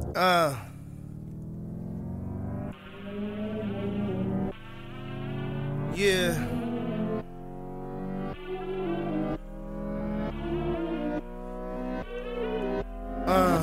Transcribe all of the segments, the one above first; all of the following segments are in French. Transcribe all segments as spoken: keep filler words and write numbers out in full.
Uh. Yeah. Uh.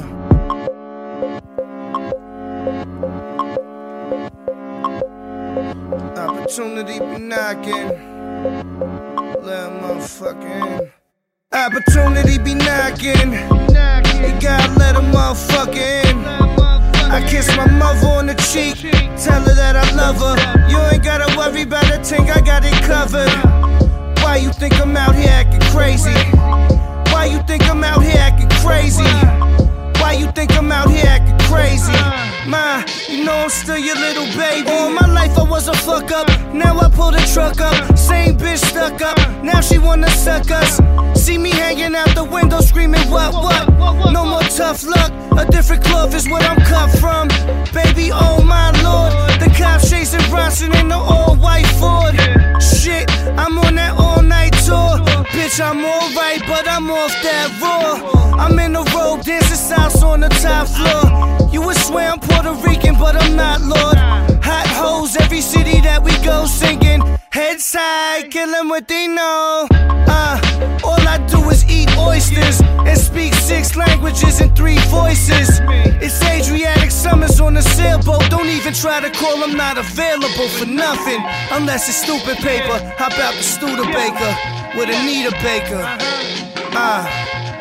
Opportunity be knocking. Let motherfucker in. Opportunity be knocking. You gotta let a motherfucker in. I kiss my mother on the cheek, tell her that I love her. You ain't gotta worry about a thing, I got it covered. Why you think I'm out here acting crazy? Why you think I'm out here acting crazy? Why you think I'm out here acting crazy? Ma, you know I'm still your little baby. All my life I was a fuck up, now I pull the truck up. Same bitch stuck up, now she wanna suck us. See me hanging out the window screaming what, what? No more tough luck, a different cloth is what I'm cut from. Baby, oh my lord, the cops chasing Bronson in the all-white Ford. Shit, I'm on that all-night tour. Bitch, I'm alright, but I'm off that raw. I'm in the robe, dancing salsa on the top floor. You would swear I'm Puerto Rican, but I'm not, Lord. Hot hoes, every city that we go singing. Heads high, kill them what they know. Uh, all I do is eat oysters and speak six languages and three voices. It's Adriatic Summers on a sailboat. Don't even try to call, I'm not available for nothing. Unless it's stupid paper. How about the Studebaker with Anita Baker? Ah. Uh.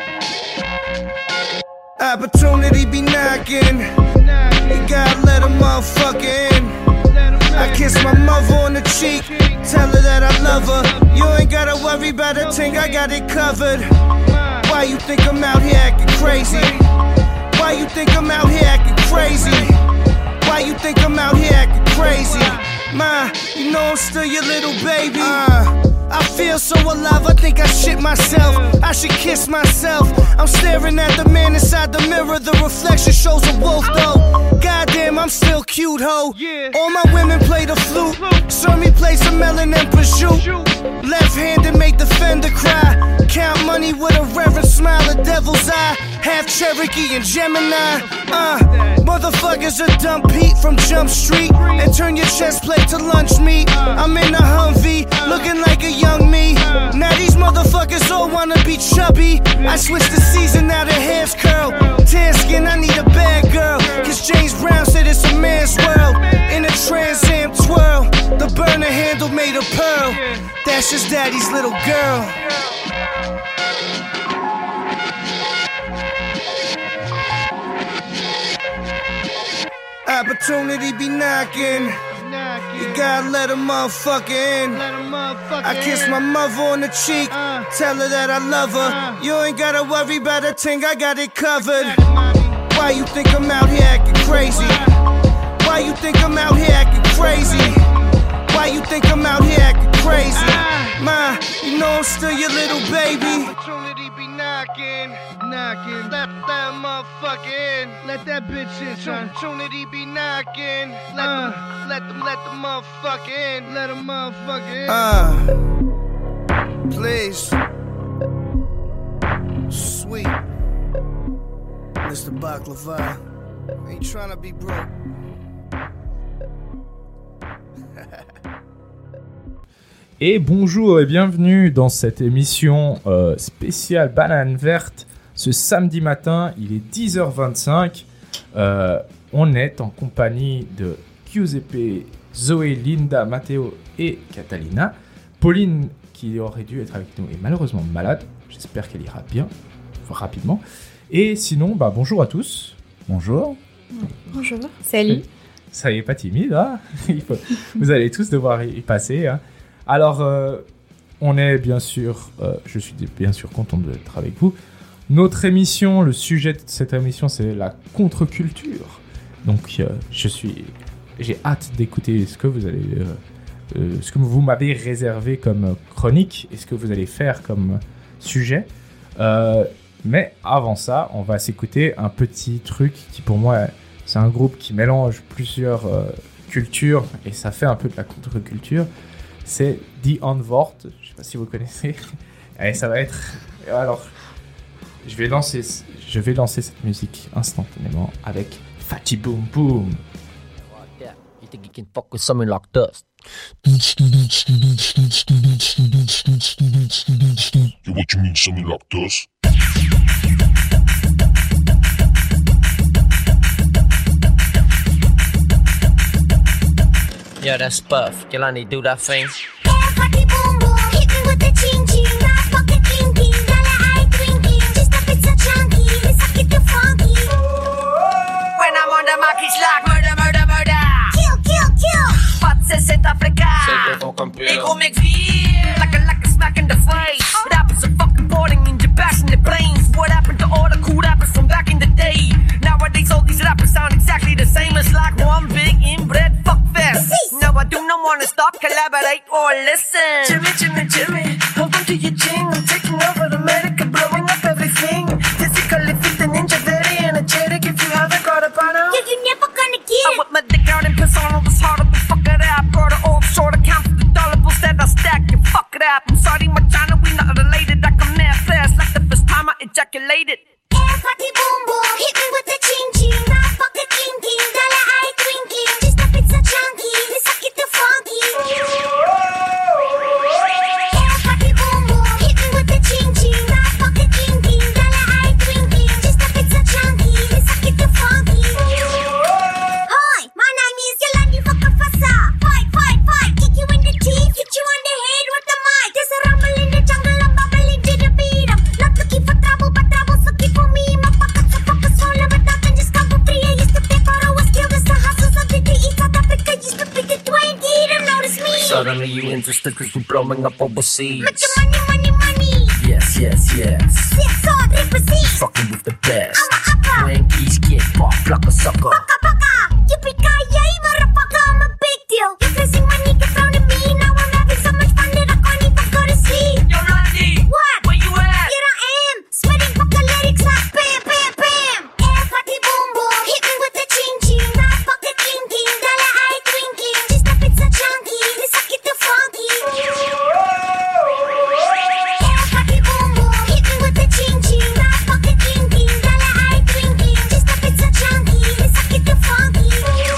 Opportunity be knocking. You gotta let a motherfucker in. I kiss my mother on the cheek, tell her that I love her. You ain't gotta worry about a thing, I got it covered. Why you think I'm out here acting crazy? Why you think I'm out here acting crazy? Why you think I'm out here acting crazy? Ma, you know I'm still your little baby. Uh, I feel so alive, I think I shit myself. I should kiss myself. I'm staring at the man inside the mirror. The reflection shows a wolf though. Goddamn, I'm still cute, ho. All my women play the flute. Serve me play some melon and prosciutto. Left-handed make the fender cry. Count money with a reverent smile, a devil's eye. Half Cherokee and Gemini. Uh, motherfuckers are dump Pete from Jump Street and turn your chest plate to lunch meat. I'm in a Humvee, looking like a young me. Now these motherfuckers all wanna be chubby. I switched the season, now the hair's curl. Tan skin, I need a bad girl. Cause James Brown said it's a man's world. In a Trans Am twirl, the burner handle made of pearl. That's just daddy's little girl. Opportunity be knocking. You gotta let a motherfucker in. I kiss my mother on the cheek, tell her that I love her. You ain't gotta worry about a thing, I got it covered. Why you think I'm out here acting crazy? Why you think I'm out here acting crazy? Why you think I'm out here acting crazy? Ma, you know I'm still your little baby. Opportunity be knocking, knocking. Let that motherfucker in. Let that bitch in, son. Opportunity be knocking. Let uh, them, let them, let the motherfucker in. Let a motherfucker in. Uh, please. Sweet. Mister Baklava. Ain't tryna be broke. Et bonjour et bienvenue dans cette émission euh, spéciale Banane Verte. Ce samedi matin, il est dix heures vingt-cinq. Euh, on est en compagnie de Giuseppe, Zoé, Linda, Matteo et Catalina. Pauline, qui aurait dû être avec nous, est malheureusement malade. J'espère qu'elle ira bien, rapidement. Et sinon, bah, bonjour à tous. Bonjour. Bonjour. Salut. Ça y est, pas timide, hein. Il faut... Vous allez tous devoir y passer, hein. Alors, euh, on est bien sûr, euh, je suis bien sûr content d'être avec vous. Notre émission, le sujet de cette émission, c'est la contre-culture. Donc, euh, je suis, j'ai hâte d'écouter ce que vous allez, euh, euh, ce que vous m'avez réservé comme chronique et ce que vous allez faire comme sujet. Euh, mais avant ça, on va s'écouter un petit truc qui, pour moi, c'est un groupe qui mélange plusieurs euh, cultures et ça fait un peu de la contre-culture. C'est The Antwoord, je ne sais pas si vous connaissez. Et ça va être... Alors, je vais lancer, je vais lancer cette musique instantanément avec Fatty Boom Boom. Yeah, you think you can fuck with something like dust? Yo, what you mean, something like dust? Yeah, that's Puff. Jelani, do that thing. Yeah, party boom boom, hit me with the ching ching. My pocket clean clean, dollar eye twinkling. Just a bit so chunky, let's suck it to funky. When I'm on the mic, it's like murder, murder, murder. Kill, kill, kill. Pas de cet Africa. They gon' make feel like a, like a smack in the face. What happens to fucking boarding in your passionate brains? What happened to all the cool rappers from back in the day? Nowadays, all these rappers sound exactly the same. It's like one big inbred fuck fest. No, I do not wanna stop, collaborate, or listen. Jimmy, Jimmy, Jimmy, welcome to your jing. I'm taking over America, blowing up everything. Physically fit the ninja, very energetic. If you haven't got a banner, Yeah, you never gonna I get. whip my dick out and piss on all this harder, but fuck it up. Brought it offshore to count the dollar bills that I stack. You fuck it up. I'm sorry, my China, we not related. I come there fast, like the first time I ejaculated. Yeah, party boom boom, hit me with the ching ching. My pocket clean clean, dollar eye twinkling. Just a bit so chunky, let's suck it to funky. Yeah, party boom boom, hit me with the ching ching. My pocket clean clean, dollar eye twinkling. Just a bit so chunky, let's suck it to funky. Hi, my name is Yolandi Fakafasa. Fight, fight, fight, kick you in the teeth, hit you on the head with the mic. There's a rumble in the jungle, I'm bubbling to the beat. I'm not looking for trouble, but trouble's looking for me. My pockets are focused all over that and just come for free. I used to take photo with skills, the hustles of the East South Africa. Used to pick the twenty, don't notice me. Suddenly you interested cause we blowing up overseas. Make the money, money, money. Yes, yes, yes. Six hard represent. Fucking with the best. I'm a upper. Twinkies get popped like a sucker. Paka, paka. Yippee-ki-yay, motherfucker, I'm a big deal. You're facing money, get thrown at me. Now I'm having so much fun that I can't even go to sleep. Yo, Randy! What? Where you at? Here I am, sweating fucking lyrics like bam, bam, bam. Yeah, party boom boom, hit me with the ching ching. My pocket clean clean, dollar eye twinkling. Just a bit so chunky, let's suck it to funky. Yeah, party boom boom, hit me with the ching ching. My pocket clean clean, dollar eye twinkling. Just a bit so chunky, let's suck it to funky.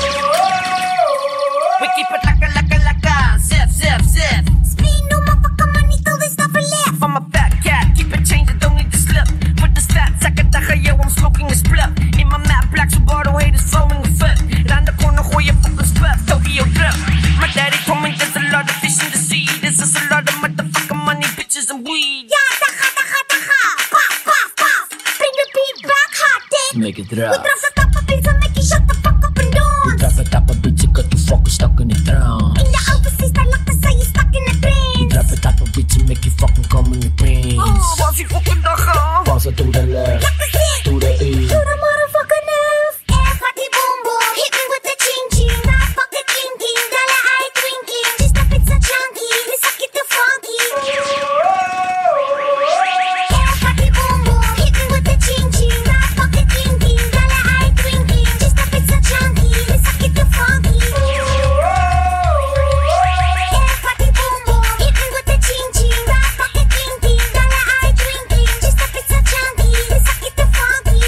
We keep it like a, like a, like a zip, zip, zip. Spin no motherfucker money till there's nothing left. I'm a fat cat, keep it changing, don't need to slip. With this fat sack of dacha, yo, I'm smoking a split. In my map, black Subaru haters throwing a fit. Round the corner, gooi a fucking split, Tokyo drip. My daddy told me there's a lot of fish in the sea. There's just a lot of motherfucking money, bitches, and weed. Yeah, dacha, dacha, dacha. Puff, puff, puff. Bring the beat back, hot dick. Make it We drop. drop the top of beats and make you shut the fuck up and dance. Drop it up a bitch, you got you fucking stuck in the trance. In the overseas, I like to say you stuck in the trance. Drop it up a bitch and make you fucking come in your pants. Oh, was je fucking dacha? Pass it to the left, like the hit. to the east. To the motherfucking left. Yeah, party boom boom. Hit me with the ching ching. My pocket clean clean. Dollar eye twinkling. Just a bit so chunky. Let's suck it to funky. Yeah, party boom boom. Hit me with the ching ching. My pocket clean clean. Dollar eye twinkling. Just a bit so chunky. Let's suck it to funky. Yeah, party boom boom. Hit me with the ching ching. My pocket clean clean. Dollar eye twinkling. Just a bit so chunky. Let's suck it to funky.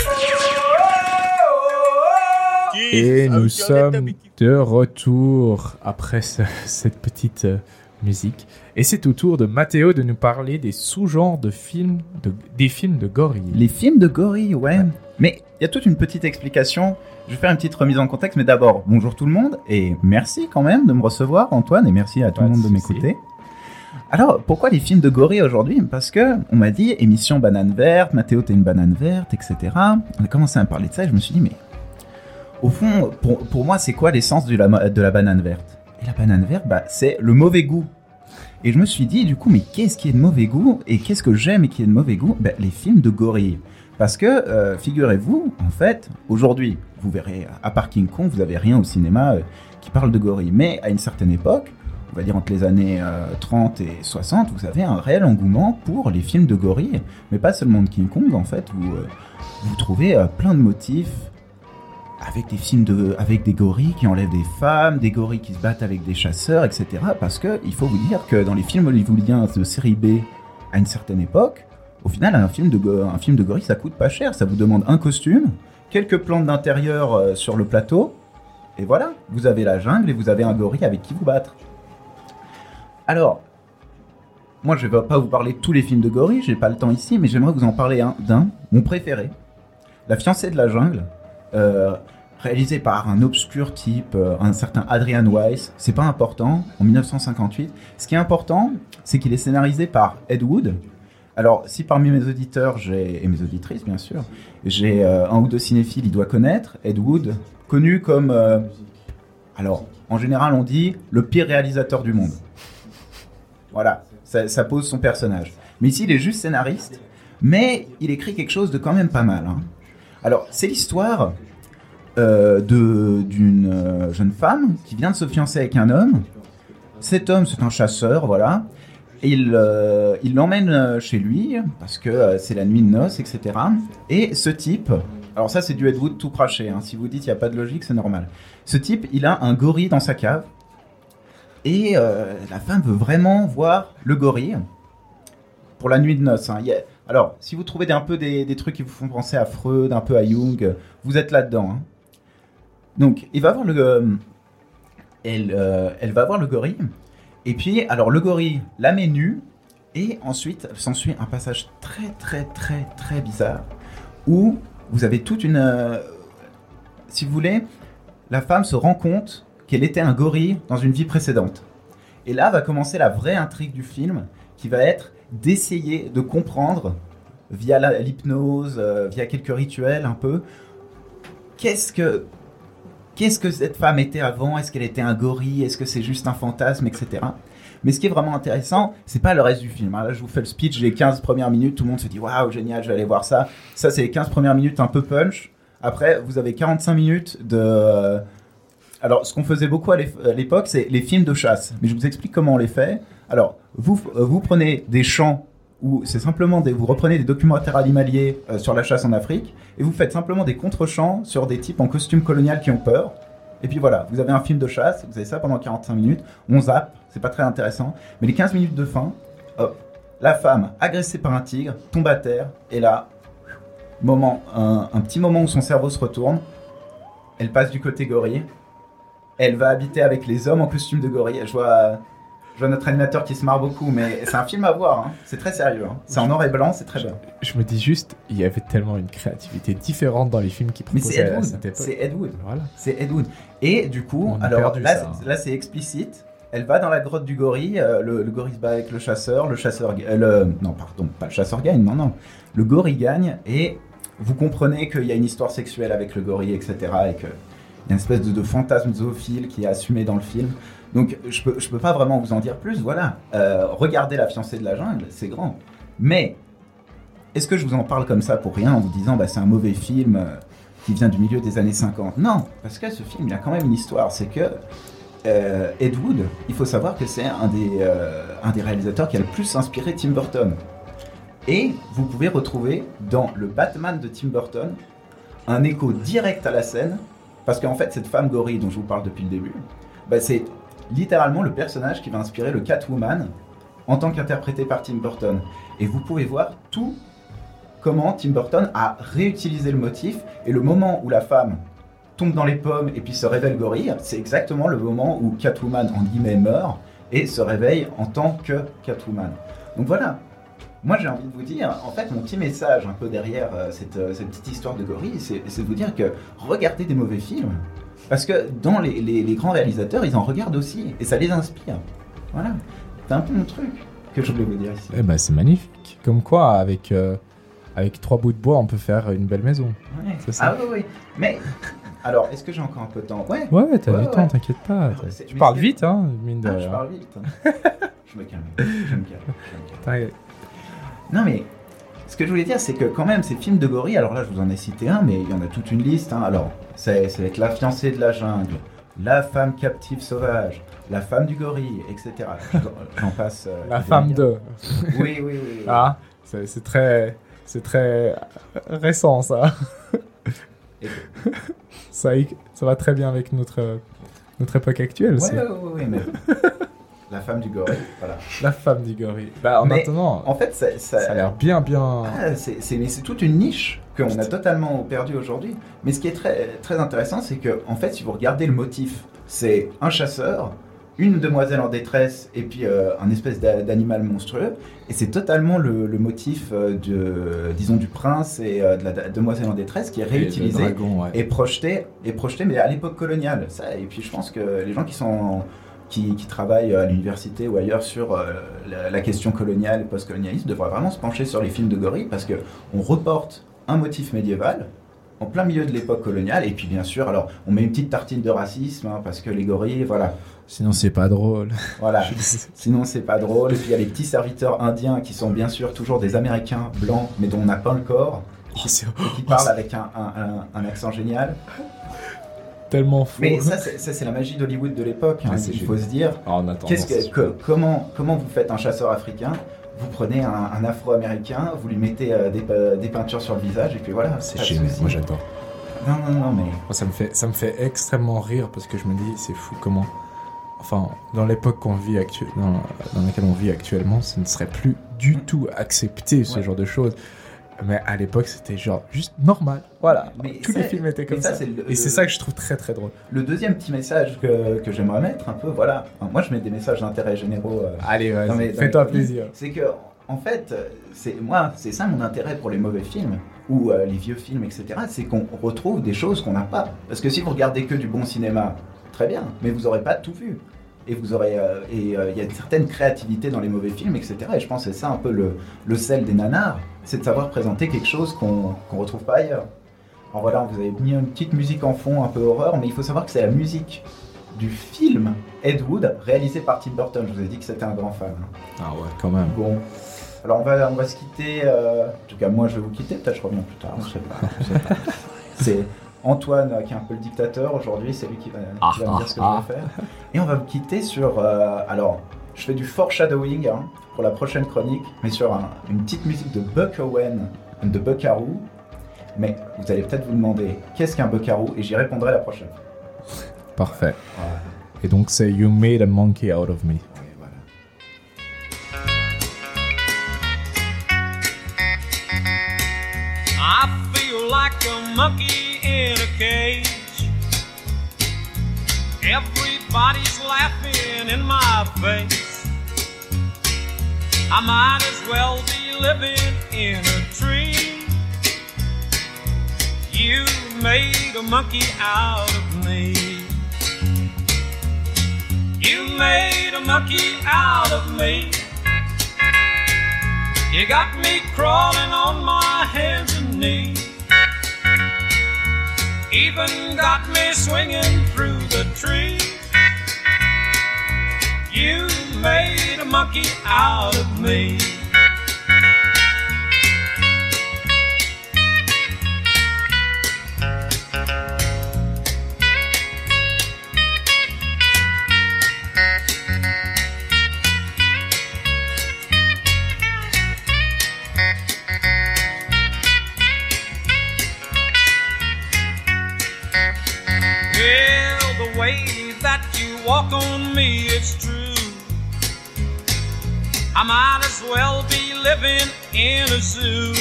Et nous sommes de retour après ce- cette petite euh, musique. Et c'est au tour de Mathéo de nous parler des sous-genres de films, de, des films de gorilles. Les films de gorilles, ouais. Mais il y a toute une petite explication. Je vais faire une petite remise en contexte, mais d'abord, bonjour tout le monde, et merci quand même de me recevoir, Antoine, et merci à tout Pas le de monde de souci. m'écouter. Alors, pourquoi les films de gorilles aujourd'hui ? Parce que on m'a dit, émission banane verte, Mathéo t'es une banane verte, et cetera. On a commencé à me parler de ça, et je me suis dit, mais au fond, pour, pour moi, c'est quoi l'essence de la, de la banane verte ? Et la banane verte, bah, c'est le mauvais goût. Et je me suis dit, du coup, mais qu'est-ce qui est de mauvais goût ? Et qu'est-ce que j'aime et qui est de mauvais goût ? Bah, les films de gorilles. Parce que, euh, figurez-vous, en fait, aujourd'hui, vous verrez, à part King Kong, vous n'avez rien au cinéma euh, qui parle de gorilles. Mais à une certaine époque, on va dire entre les années euh, trente et soixante, vous avez un réel engouement pour les films de gorilles. Mais pas seulement de King Kong, en fait, vous, euh, vous trouvez euh, plein de motifs avec des films de, avec des gorilles qui enlèvent des femmes, des gorilles qui se battent avec des chasseurs, et cetera. Parce que il faut vous dire que dans les films hollywoodiens de série B, à une certaine époque, au final, un film de, go- un film de gorille, ça coûte pas cher. Ça vous demande un costume, quelques plantes d'intérieur euh, sur le plateau, et voilà, vous avez la jungle et vous avez un gorille avec qui vous battre. Alors, moi je vais pas vous parler de tous les films de gorilles, j'ai pas le temps ici, mais j'aimerais vous en parler un, d'un, mon préféré, La fiancée de la jungle, euh, réalisé par un obscur type, euh, un certain Adrian Weiss, c'est pas important, en dix-neuf cent cinquante-huit. Ce qui est important, c'est qu'il est scénarisé par Ed Wood. Alors, si parmi mes auditeurs, j'ai, et mes auditrices bien sûr, j'ai euh, un ou deux cinéphiles, il doit connaître Ed Wood, connu comme, euh, alors, en général on dit, le pire réalisateur du monde. Voilà, ça, ça pose son personnage. Mais ici, il est juste scénariste, mais il écrit quelque chose de quand même pas mal. Hein. Alors, c'est l'histoire euh, de, d'une euh, jeune femme qui vient de se fiancer avec un homme. Cet homme, c'est un chasseur, voilà. Et il, euh, il l'emmène chez lui, parce que euh, c'est la nuit de noces, et cetera. Et ce type, alors ça c'est du Ed Wood tout craché, hein. Si vous dites qu'il n'y a pas de logique, c'est normal. Ce type, il a un gorille dans sa cave, et euh, la femme veut vraiment voir le gorille pour la nuit de noces. Hein. Il y a... Alors, si vous trouvez un peu des, des trucs qui vous font penser à Freud, un peu à Jung, vous êtes là-dedans. Hein. Donc, il va voir le, euh, elle, euh, elle va voir le gorille. Et puis, alors le gorille la met nue, et ensuite s'ensuit un passage très très très très bizarre, où vous avez toute une... Euh, si vous voulez, la femme se rend compte qu'elle était un gorille dans une vie précédente. Et là va commencer la vraie intrigue du film, qui va être d'essayer de comprendre, via la, l'hypnose, euh, via quelques rituels un peu, qu'est-ce que... Qu'est-ce que cette femme était avant ? Est-ce qu'elle était un gorille ? Est-ce que c'est juste un fantasme, et cetera. Mais ce qui est vraiment intéressant, c'est pas le reste du film. Là, je vous fais le speech, les quinze premières minutes, tout le monde se dit « Waouh, génial, je vais aller voir ça ». Ça, c'est les quinze premières minutes un peu punch. Après, vous avez quarante-cinq minutes de... Alors, ce qu'on faisait beaucoup à l'époque, c'est les films de chasse. Mais je vous explique comment on les fait. Alors, vous, vous prenez des champs où c'est simplement des, vous reprenez des documentaires animaliers euh, sur la chasse en Afrique et vous faites simplement des contre-champs sur des types en costume colonial qui ont peur. Et puis voilà, vous avez un film de chasse, vous avez ça pendant quarante-cinq minutes, on zappe, c'est pas très intéressant. Mais les quinze minutes de fin, hop, la femme agressée par un tigre tombe à terre et là, moment, un, un petit moment où son cerveau se retourne, elle passe du côté gorille, elle va habiter avec les hommes en costume de gorille. Je vois... Je vois notre animateur qui se marre beaucoup, mais c'est un film à voir, hein. C'est très sérieux, hein. C'est en noir et blanc, c'est très bien. Je me dis juste, il y avait tellement une créativité différente dans les films qui proposaient à cette époque. C'est Ed Wood, voilà. C'est Ed Wood. Et du coup, On a alors perdu là, ça, c'est, hein. là c'est explicite, elle va dans la grotte du gorille, euh, le, le gorille se bat avec le chasseur, le chasseur... Euh, le, non, pardon, pas le chasseur gagne, non, non. Le gorille gagne, et vous comprenez qu'il y a une histoire sexuelle avec le gorille, et cetera, et qu'il y a une espèce de, de fantasme zoophile qui est assumé dans le film. Donc, je peux, je peux pas vraiment vous en dire plus, voilà. Euh, regardez La fiancée de la jungle, c'est grand. Mais, est-ce que je vous en parle comme ça pour rien, en vous disant, bah, c'est un mauvais film euh, qui vient du milieu des années cinquante ? Non, parce que ce film, il a quand même une histoire. C'est que euh, Ed Wood, il faut savoir que c'est un des, euh, un des réalisateurs qui a le plus inspiré Tim Burton. Et vous pouvez retrouver dans le Batman de Tim Burton un écho direct à la scène, parce qu'en fait, cette femme gorille dont je vous parle depuis le début, bah, c'est littéralement le personnage qui va inspirer le Catwoman en tant qu'interprété par Tim Burton. Et vous pouvez voir tout comment Tim Burton a réutilisé le motif, et le moment où la femme tombe dans les pommes et puis se révèle gorille, c'est exactement le moment où Catwoman, en guillemets, meurt et se réveille en tant que Catwoman. Donc voilà, moi j'ai envie de vous dire, en fait mon petit message un peu derrière euh, cette, euh, cette petite histoire de gorille, c'est, c'est de vous dire que regardez des mauvais films, parce que dans les, les, les grands réalisateurs, ils en regardent aussi, et ça les inspire. Voilà, c'est un peu mon truc que je voulais vous dire ici. Eh ben, c'est magnifique. Comme quoi, avec, euh, avec trois bouts de bois, on peut faire une belle maison. Ouais. C'est ça. Ah oui, oui. Mais, alors, est-ce que j'ai encore un peu de temps ? Ouais. Ouais, t'as Ouais, du ouais. temps, t'inquiète pas. Ouais, c'est- Tu mais parles c'est- vite, hein, mine de Ah, rien. je parle vite. je me calme. Je me calme. Je me calme. T'inquiète. Non mais, ce que je voulais dire, c'est que quand même, ces films de gorille, alors là, je vous en ai cité un, mais il y en a toute une liste. Hein. Alors, c'est, c'est avec La fiancée de la jungle, La femme captive sauvage, La femme du gorille, et cetera. J'en, j'en passe. euh, La des femme milliards. de... Oui, oui, oui. oui. Ah, c'est, c'est très... C'est très récent, ça. Et- ça. y- Ça va très bien avec notre, notre époque actuelle, Ouais, c'est ouais, ouais, ouais, mais... La femme du gorille, voilà. la femme du gorille. Bah, en Mais- attendant, En fait, ça... ça... ça a l'air bien, bien... Ah, c'est, c'est, mais c'est toute une niche qu'on a totalement perdu aujourd'hui. Mais ce qui est très, très intéressant, c'est que, en fait, si vous regardez le motif, c'est un chasseur, une demoiselle en détresse et puis euh, un espèce d'a- d'animal monstrueux. Et c'est totalement le, le motif euh, de, disons, du prince et euh, de la da- demoiselle en détresse qui est Et le réutilisé dragon, ouais. et projeté, et projeté, mais à l'époque coloniale. Ça, et puis je pense que les gens qui sont qui, qui travaillent à l'université ou ailleurs sur euh, la, la question coloniale et post-colonialisme devraient vraiment se pencher sur les films de gorilles parce que on reporte un motif médiéval en plein milieu de l'époque coloniale et puis bien sûr, alors on met une petite tartine de racisme hein, parce que les gorilles, voilà. Sinon, c'est pas drôle. Voilà, sinon c'est pas drôle. Et puis il y a les petits serviteurs indiens qui sont bien sûr toujours des Américains blancs, mais dont on n'a pas le corps, Oh, c'est et qui parlent avec un, un, un, un accent génial. tellement faux. Mais ça, c'est, ça, c'est la magie d'Hollywood de l'époque, hein, Ah, c'est il génial. faut se dire. Ah, en attendant, Qu'est-ce que, c'est- que- comment, comment vous faites un chasseur africain? Vous prenez un, un afro-américain, vous lui mettez euh, des, pe- des peintures sur le visage, et puis voilà. C'est pas de génial, souci. moi j'adore. Non, non, non, mais... Moi, ça me fait, ça me fait extrêmement rire parce que je me dis, c'est fou comment. Enfin, dans l'époque qu'on vit actu... dans, dans laquelle on vit actuellement, ce ne serait plus du tout accepté ce Ouais. genre de choses. Mais à l'époque, c'était genre juste normal. Voilà. Mais Tous ça- les films étaient mais comme ça, ça. c'est le- Et c'est ça que je trouve très très drôle. Le deuxième petit message que, que j'aimerais mettre, un peu, voilà. Enfin, moi, je mets des messages d'intérêt généraux. euh, Allez, vas-y, dans mes- dans fais-toi mes- plaisir. C'est que, en fait, c'est moi, c'est ça mon intérêt pour les mauvais films ou euh, les vieux films, et cetera. C'est qu'on retrouve des choses qu'on n'a pas. Parce que si vous regardez que du bon cinéma, très bien, mais vous n'aurez pas tout vu. Et vous aurez euh, et il euh, y a une certaine créativité dans les mauvais films, et cetera. Et je pense que c'est ça un peu le, le sel des nanars, c'est de savoir présenter quelque chose qu'on qu'on retrouve pas ailleurs. Alors voilà, vous avez mis une petite musique en fond, un peu horreur, mais il faut savoir que c'est la musique du film Ed Wood, réalisé par Tim Burton. Je vous ai dit que c'était un grand fan. Ah ouais, quand même. Bon, alors on va, on va se quitter. euh, En tout cas, moi je vais vous quitter. Peut-être je reviens plus tard. Je sais pas. je sais pas. C'est Antoine euh, qui est un peu le dictateur aujourd'hui. C'est lui qui va, qui va me dire ce que Ah, je vais faire. Et on va vous quitter sur. euh, Alors, je fais du foreshadowing hein, pour la prochaine chronique, mais sur un- une petite musique de Buck Owen de Buckaroo. Mais vous allez peut-être vous demander qu'est-ce qu'un Buckaroo et j'y répondrai la prochaine fois. Parfait. Voilà. Et donc, c'est You Made a Monkey Out of Me. Oui, voilà. I feel like a monkey in a cage. Everybody's laughing in my face. I might as well be living in a tree. You made a monkey out of me. You made a monkey out of me. You got me crawling on my hands and knees. Even got me swinging through the trees. You made a monkey out of me. Well, the way that you walk on me, it's true. I might as well be living in a zoo.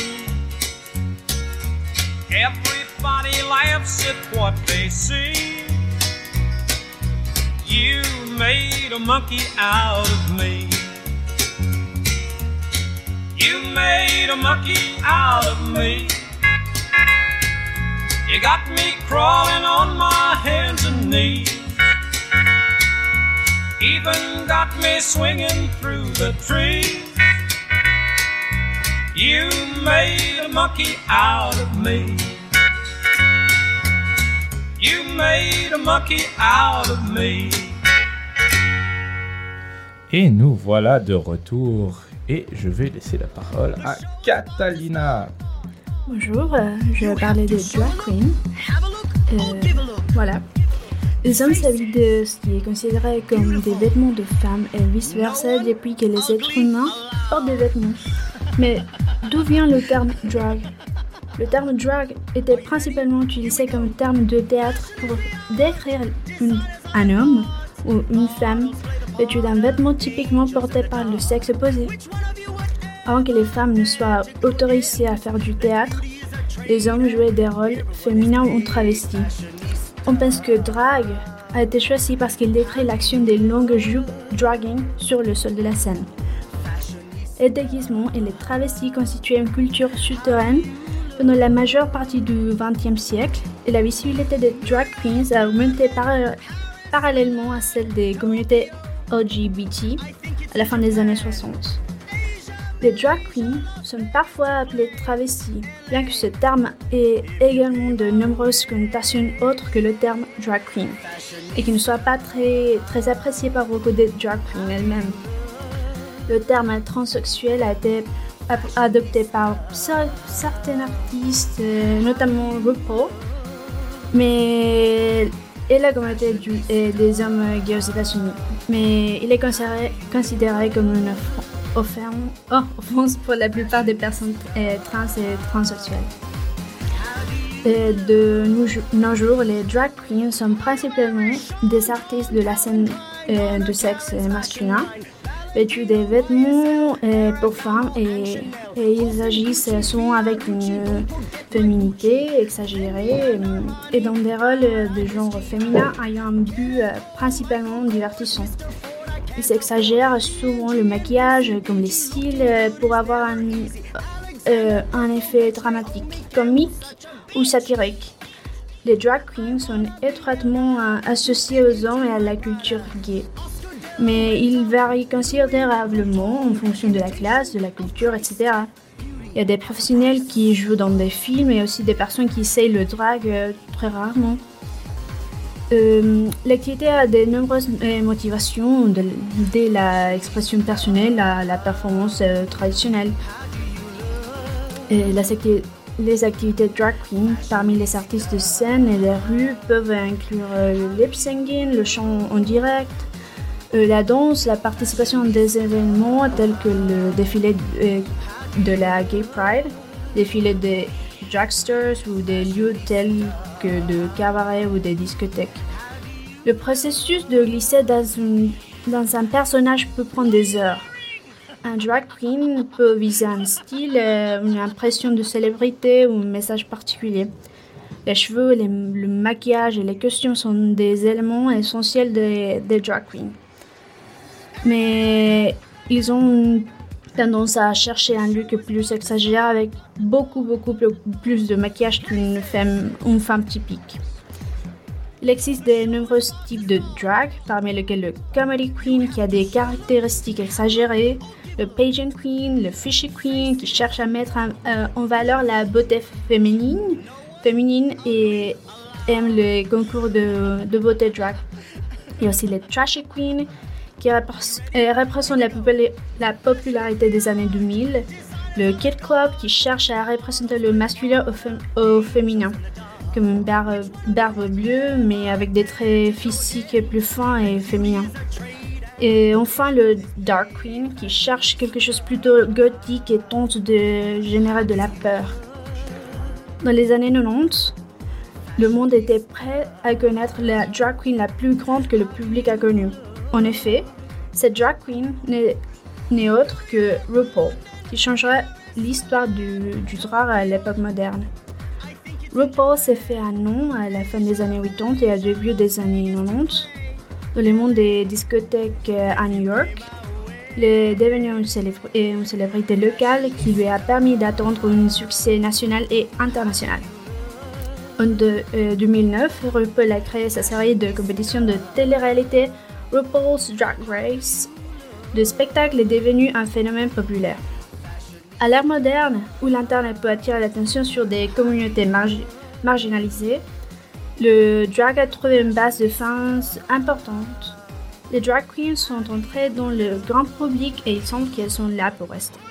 Everybody laughs at what they see. You made a monkey out of me. You made a monkey out of me. You got me crawling on my hands and knees. Even got me swinging through the trees. You made a monkey out of me. You made a monkey out of me. Et nous voilà de retour. Et je vais laisser la parole à Catalina. Bonjour, euh, je vais parler de drag queen. Euh, voilà. Les hommes s'habillent de ce qui est considéré comme des vêtements de femmes et vice-versa depuis que les êtres humains portent des vêtements. Mais d'où vient le terme drag? Le terme drag était principalement utilisé comme terme de théâtre pour décrire une- un homme ou une femme vêtue d'un vêtement typiquement porté par le sexe opposé. Avant que les femmes ne soient autorisées à faire du théâtre, les hommes jouaient des rôles féminins ou travestis. On pense que drag a été choisi parce qu'il décrit l'action des longues jupes dragging sur le sol de la scène. Les déguisements et les travestis constituaient une culture souterraine pendant la majeure partie du vingtième siècle et la visibilité des drag queens a augmenté par, parallèlement à celle des communautés L G B T à la fin des années soixante. Les drag queens sont parfois appelées travestis, bien que ce terme ait également de nombreuses connotations autres que le terme drag queen, et qui ne soit pas très, très apprécié par beaucoup de drag queens elles-mêmes. Le terme transsexuel a été adopté par certains artistes, notamment RuPaul, mais et la communauté du, et des hommes gays aux États-Unis. Mais il est considéré, considéré comme une offense, oh, offense pour la plupart des personnes euh, trans et transsexuelles. Et de nos jours, les drag queens sont principalement des artistes de la scène euh, de sexe masculin, vêtus des vêtements euh, pour femmes et, et ils agissent souvent avec une féminité exagérée euh, et dans des rôles de genre féminin ayant un but euh, principalement divertissant. Ils s'exagèrent souvent le maquillage comme les cils euh, pour avoir un, euh, un effet dramatique, comique ou satirique. Les drag queens sont étroitement euh, associés aux hommes et à la culture gay. Mais ils varient considérablement en fonction de la classe, de la culture, et cetera. Il y a des professionnels qui jouent dans des films et aussi des personnes qui essayent le drag euh, très rarement. Euh, l'activité a de nombreuses euh, motivations, de, dès l'expression personnelle à la performance euh, traditionnelle. Et la, les activités drag queen parmi les artistes de scène et des rues peuvent inclure euh, le lip-syncing, le chant en direct, Euh, la danse, la participation à des événements tels que le défilé de, de la Gay Pride, défilé des dragsters ou des lieux tels que de cabarets ou des discothèques. Le processus de glisser dans, une, dans un personnage peut prendre des heures. Un drag queen peut viser un style, une impression de célébrité ou un message particulier. Les cheveux, les, le maquillage et les costumes sont des éléments essentiels des, des drag queens. Mais ils ont tendance à chercher un look plus exagéré avec beaucoup, beaucoup plus de maquillage qu'une femme, une femme typique. Il existe de nombreux types de drag, parmi lesquels le comedy queen qui a des caractéristiques exagérées, le pageant queen, le fishy queen qui cherche à mettre en, euh, en valeur la beauté féminine, féminine et aime les concours de, de beauté drag. Il y a aussi les trashy queen qui représente la, popula- la popularité des années deux mille, le Kid Club qui cherche à représenter le masculin au, fém- au féminin, comme une barbe, barbe bleue mais avec des traits physiques plus fins et féminins. Et enfin le Dark Queen qui cherche quelque chose plutôt gothique et tente de générer de la peur. Dans les années quatre-vingt-dix, le monde était prêt à connaître la drag queen la plus grande que le public a connue. En effet, cette drag queen n'est, n'est autre que RuPaul, qui changera l'histoire du, du drag à l'époque moderne. RuPaul s'est fait un nom à la fin des années quatre-vingt-dix et au début des années quatre-vingt-dix. Dans le monde des discothèques à New York, il est devenu une, célébr- une célébrité locale qui lui a permis d'atteindre un succès national et international. En de, euh, deux mille neuf, RuPaul a créé sa série de compétitions de télé-réalité RuPaul's Drag Race. Le spectacle est devenu un phénomène populaire. À l'ère moderne, où l'Internet peut attirer l'attention sur des communautés margi- marginalisées, le drag a trouvé une base de fans importante. Les drag queens sont entrées dans le grand public et il semble qu'elles sont là pour rester.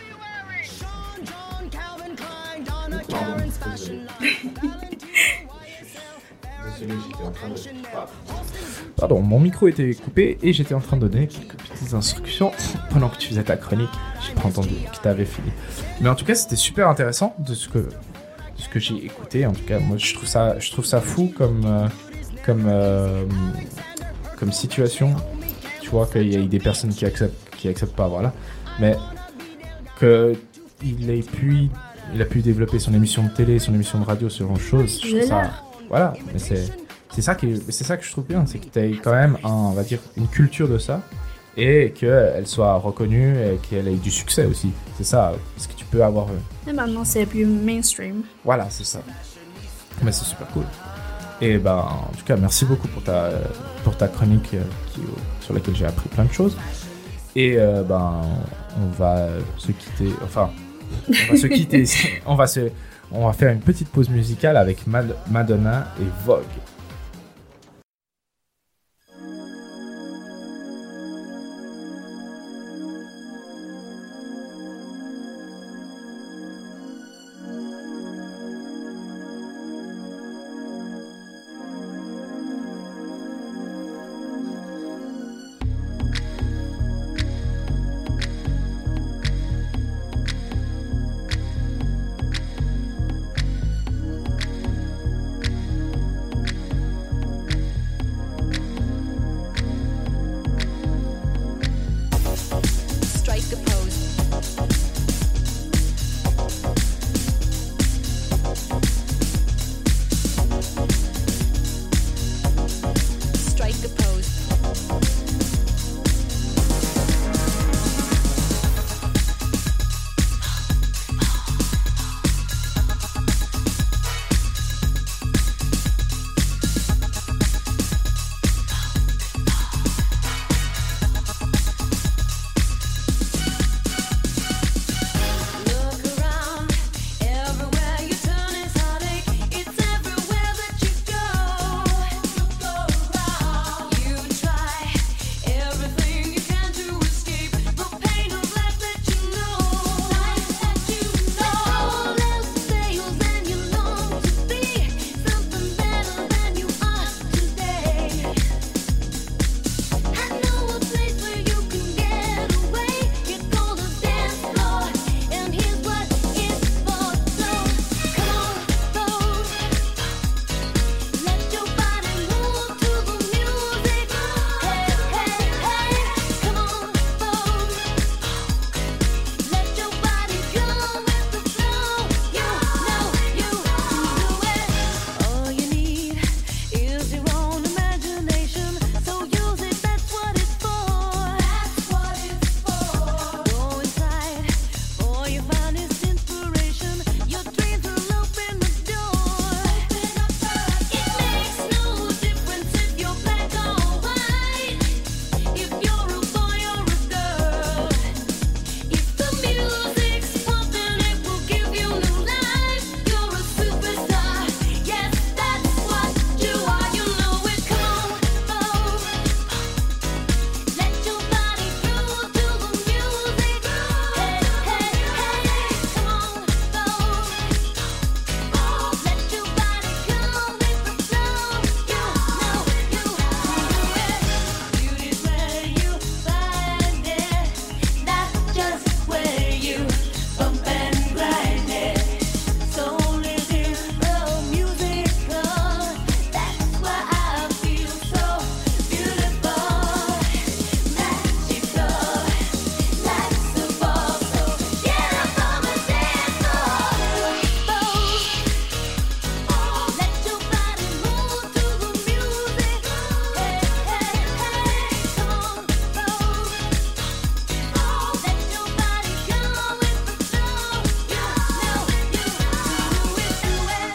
Pardon, mon micro était coupé et j'étais en train de donner quelques petites instructions pendant que tu faisais ta chronique. J'ai pas entendu que tu avais fini. Mais en tout cas, c'était super intéressant de ce que, de ce que j'ai écouté. En tout cas, moi, je trouve ça, je trouve ça fou comme, euh, comme, euh, comme situation. Tu vois qu'il y a des personnes qui acceptent, qui acceptent pas, voilà. Mais qu'il ait pu il a pu développer son émission de télé, son émission de radio, ce genre de choses. Je trouve ça, l'art. voilà, mais c'est c'est ça qui est- c'est ça que je trouve bien, c'est que tu aies quand même un, on va dire une culture de ça et qu'elle soit reconnue et qu'elle ait du succès aussi. C'est ça, parce que tu peux avoir euh, Et maintenant, c'est plus mainstream. voilà, c'est ça. Mais c'est super cool. Et ben, en tout cas, merci beaucoup pour ta, pour ta chronique euh, qui, sur laquelle j'ai appris plein de choses. Et euh, ben, on va se quitter. Enfin, on va se quitter. On va se, on va faire une petite pause musicale avec Mad- Madonna et Vogue. Strike a pose. Strike a pose. Look around, everywhere you turn is heartache. It's everywhere that you go. You try everything you can to escape the pain of life that you know. All else fails and you long to be something better than you are today. I know a place where you can get away. It's called a dance floor, and here's what it's for. So come on, folks, let your body move to the music. Hey, hey, hey, come on, folks, let your body go with the flow. You know you can do it. All you need is your own imagination. So use it, that's what it's for. That's what it's for. Go inside for your finest inspiration. Your dreams will open the door. It makes no difference if you're black or white, if you're a boy or a girl. If the music's pumping, it will give you new life. You're a superstar. Yes, that's what you are. You know it. Come on, folks. Let your body groove to the music. Hey, hey, hey. Come on, folks. Let your body go with the flow. You know you can do it. Beauty's where you find it, not just where you bump and grind it. Soul is in the music. That's why I feel so beautiful, magical, like the ball. So get up on the dance floor, folks. Let your body move to the music. Hey, hey, hey, come on, folks. Let your body go with the flow. You know you can do it, do it.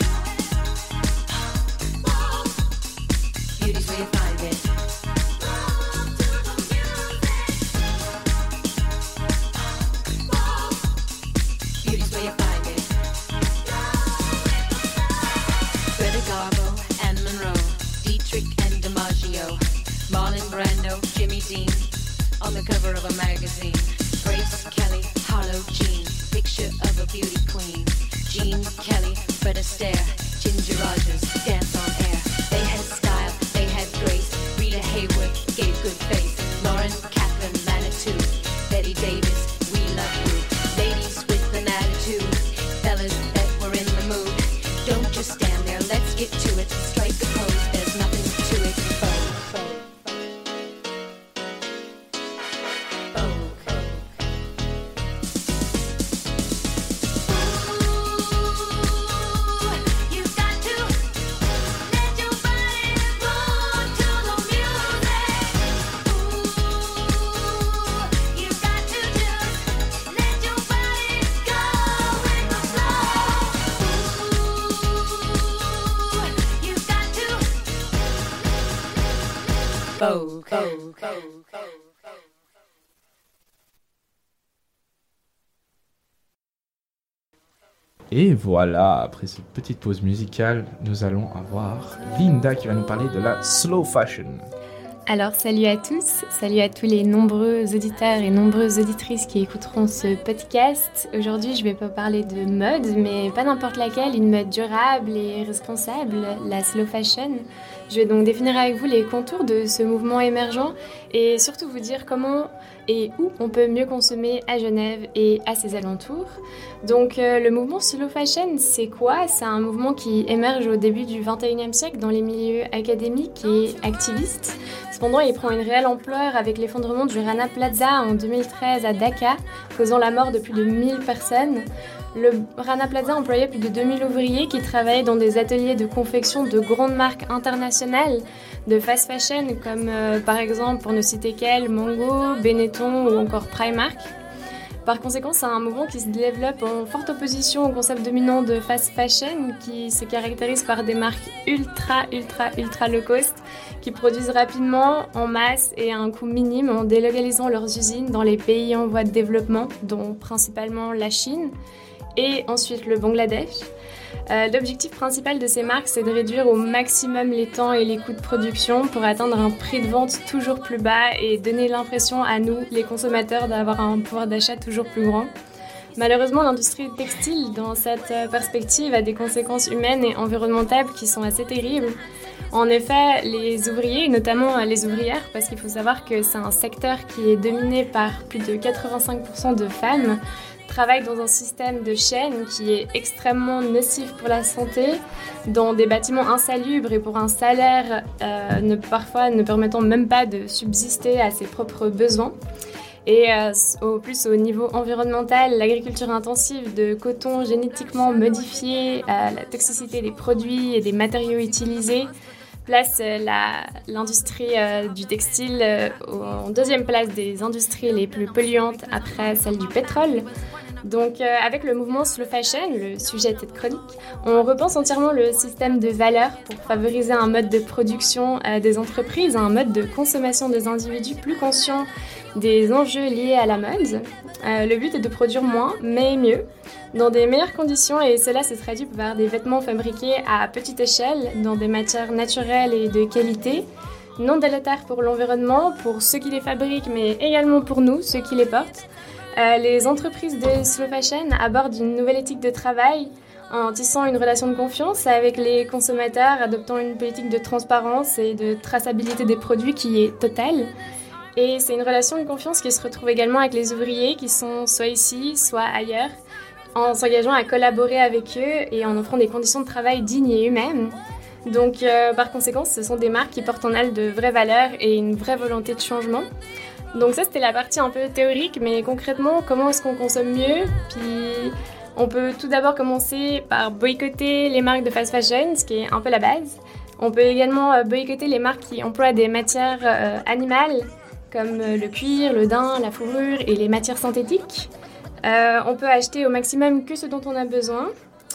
Beauty's where you find it. Beauty's where you find it. Greta Garbo and Monroe, Dietrich and DiMaggio, Marlon Brando, Jimmy Dean, on the cover of a magazine. Grace Kelly, Harlow Jean, picture of a beauty queen. Jean Kelly, Fred Astaire, Ginger Rogers, dance on air. They had style, they had grace. Rita Hayworth gave good face. Lauren Catherine Manitou, Betty Davis, we love you. Ladies with an attitude, fellas that were in the mood. Don't just stand there, let's get to it. Strike a pose, there's nothing to it. Vogue, vogue, vogue. Vogue, Vogue. Et voilà, après cette petite pause musicale, nous allons avoir Linda qui va nous parler de la slow fashion. Alors salut à tous, salut à tous les nombreux auditeurs et nombreuses auditrices qui écouteront ce podcast. Aujourd'hui je vais pas parler de mode, mais pas n'importe laquelle, une mode durable et responsable, la slow fashion. Je vais donc définir avec vous les contours de ce mouvement émergent et surtout vous dire comment et où on peut mieux consommer à Genève et à ses alentours. Donc euh, le mouvement slow fashion, c'est quoi ? C'est un mouvement qui émerge au début du vingt et unième siècle dans les milieux académiques et activistes. Cependant, il prend une réelle ampleur avec l'effondrement du Rana Plaza en deux mille treize à Dakar, causant la mort de plus de mille personnes. Le Rana Plaza employait plus de deux mille ouvriers qui travaillaient dans des ateliers de confection de grandes marques internationales de fast fashion, comme euh, par exemple, pour ne citer qu'elles, Mango, Benetton ou encore Primark. Par conséquent, c'est un mouvement qui se développe en forte opposition au concept dominant de fast fashion qui se caractérise par des marques ultra, ultra, ultra low cost qui produisent rapidement, en masse et à un coût minime en délocalisant leurs usines dans les pays en voie de développement, dont principalement la Chine et ensuite le Bangladesh. Euh, l'objectif principal de ces marques, c'est de réduire au maximum les temps et les coûts de production pour atteindre un prix de vente toujours plus bas et donner l'impression à nous, les consommateurs, d'avoir un pouvoir d'achat toujours plus grand. Malheureusement, l'industrie textile, dans cette perspective, a des conséquences humaines et environnementales qui sont assez terribles. En effet, les ouvriers, notamment les ouvrières, parce qu'il faut savoir que c'est un secteur qui est dominé par plus de quatre-vingt-cinq pour cent de femmes, travaillent dans un système de chaîne qui est extrêmement nocif pour la santé, dans des bâtiments insalubres et pour un salaire euh, ne, parfois ne permettant même pas de subsister à ses propres besoins. Et euh, au plus au niveau environnemental, l'agriculture intensive de coton génétiquement modifié, euh, la toxicité des produits et des matériaux utilisés place euh, la, l'industrie euh, du textile euh, en deuxième place des industries les plus polluantes après celle du pétrole. Donc euh, avec le mouvement slow fashion, le sujet de cette chronique, on repense entièrement le système de valeurs pour favoriser un mode de production euh, des entreprises, un mode de consommation des individus plus conscients des enjeux liés à la mode. Euh, le but est de produire moins, mais mieux, dans des meilleures conditions, et cela se traduit par des vêtements fabriqués à petite échelle, dans des matières naturelles et de qualité, non délétères pour l'environnement, pour ceux qui les fabriquent, mais également pour nous, ceux qui les portent. Euh, les entreprises de slow fashion abordent une nouvelle éthique de travail en tissant une relation de confiance avec les consommateurs, adoptant une politique de transparence et de traçabilité des produits qui est totale. Et c'est une relation de confiance qui se retrouve également avec les ouvriers qui sont soit ici, soit ailleurs, en s'engageant à collaborer avec eux et en offrant des conditions de travail dignes et humaines. Donc, euh, par conséquent, ce sont des marques qui portent en elles de vraies valeurs et une vraie volonté de changement. Donc ça, c'était la partie un peu théorique, mais concrètement, comment est-ce qu'on consomme mieux ? Puis, on peut tout d'abord commencer par boycotter les marques de fast fashion, ce qui est un peu la base. On peut également euh, boycotter les marques qui emploient des matières euh, animales, comme le cuir, le daim, la fourrure et les matières synthétiques. Euh, on peut acheter au maximum que ce dont on a besoin.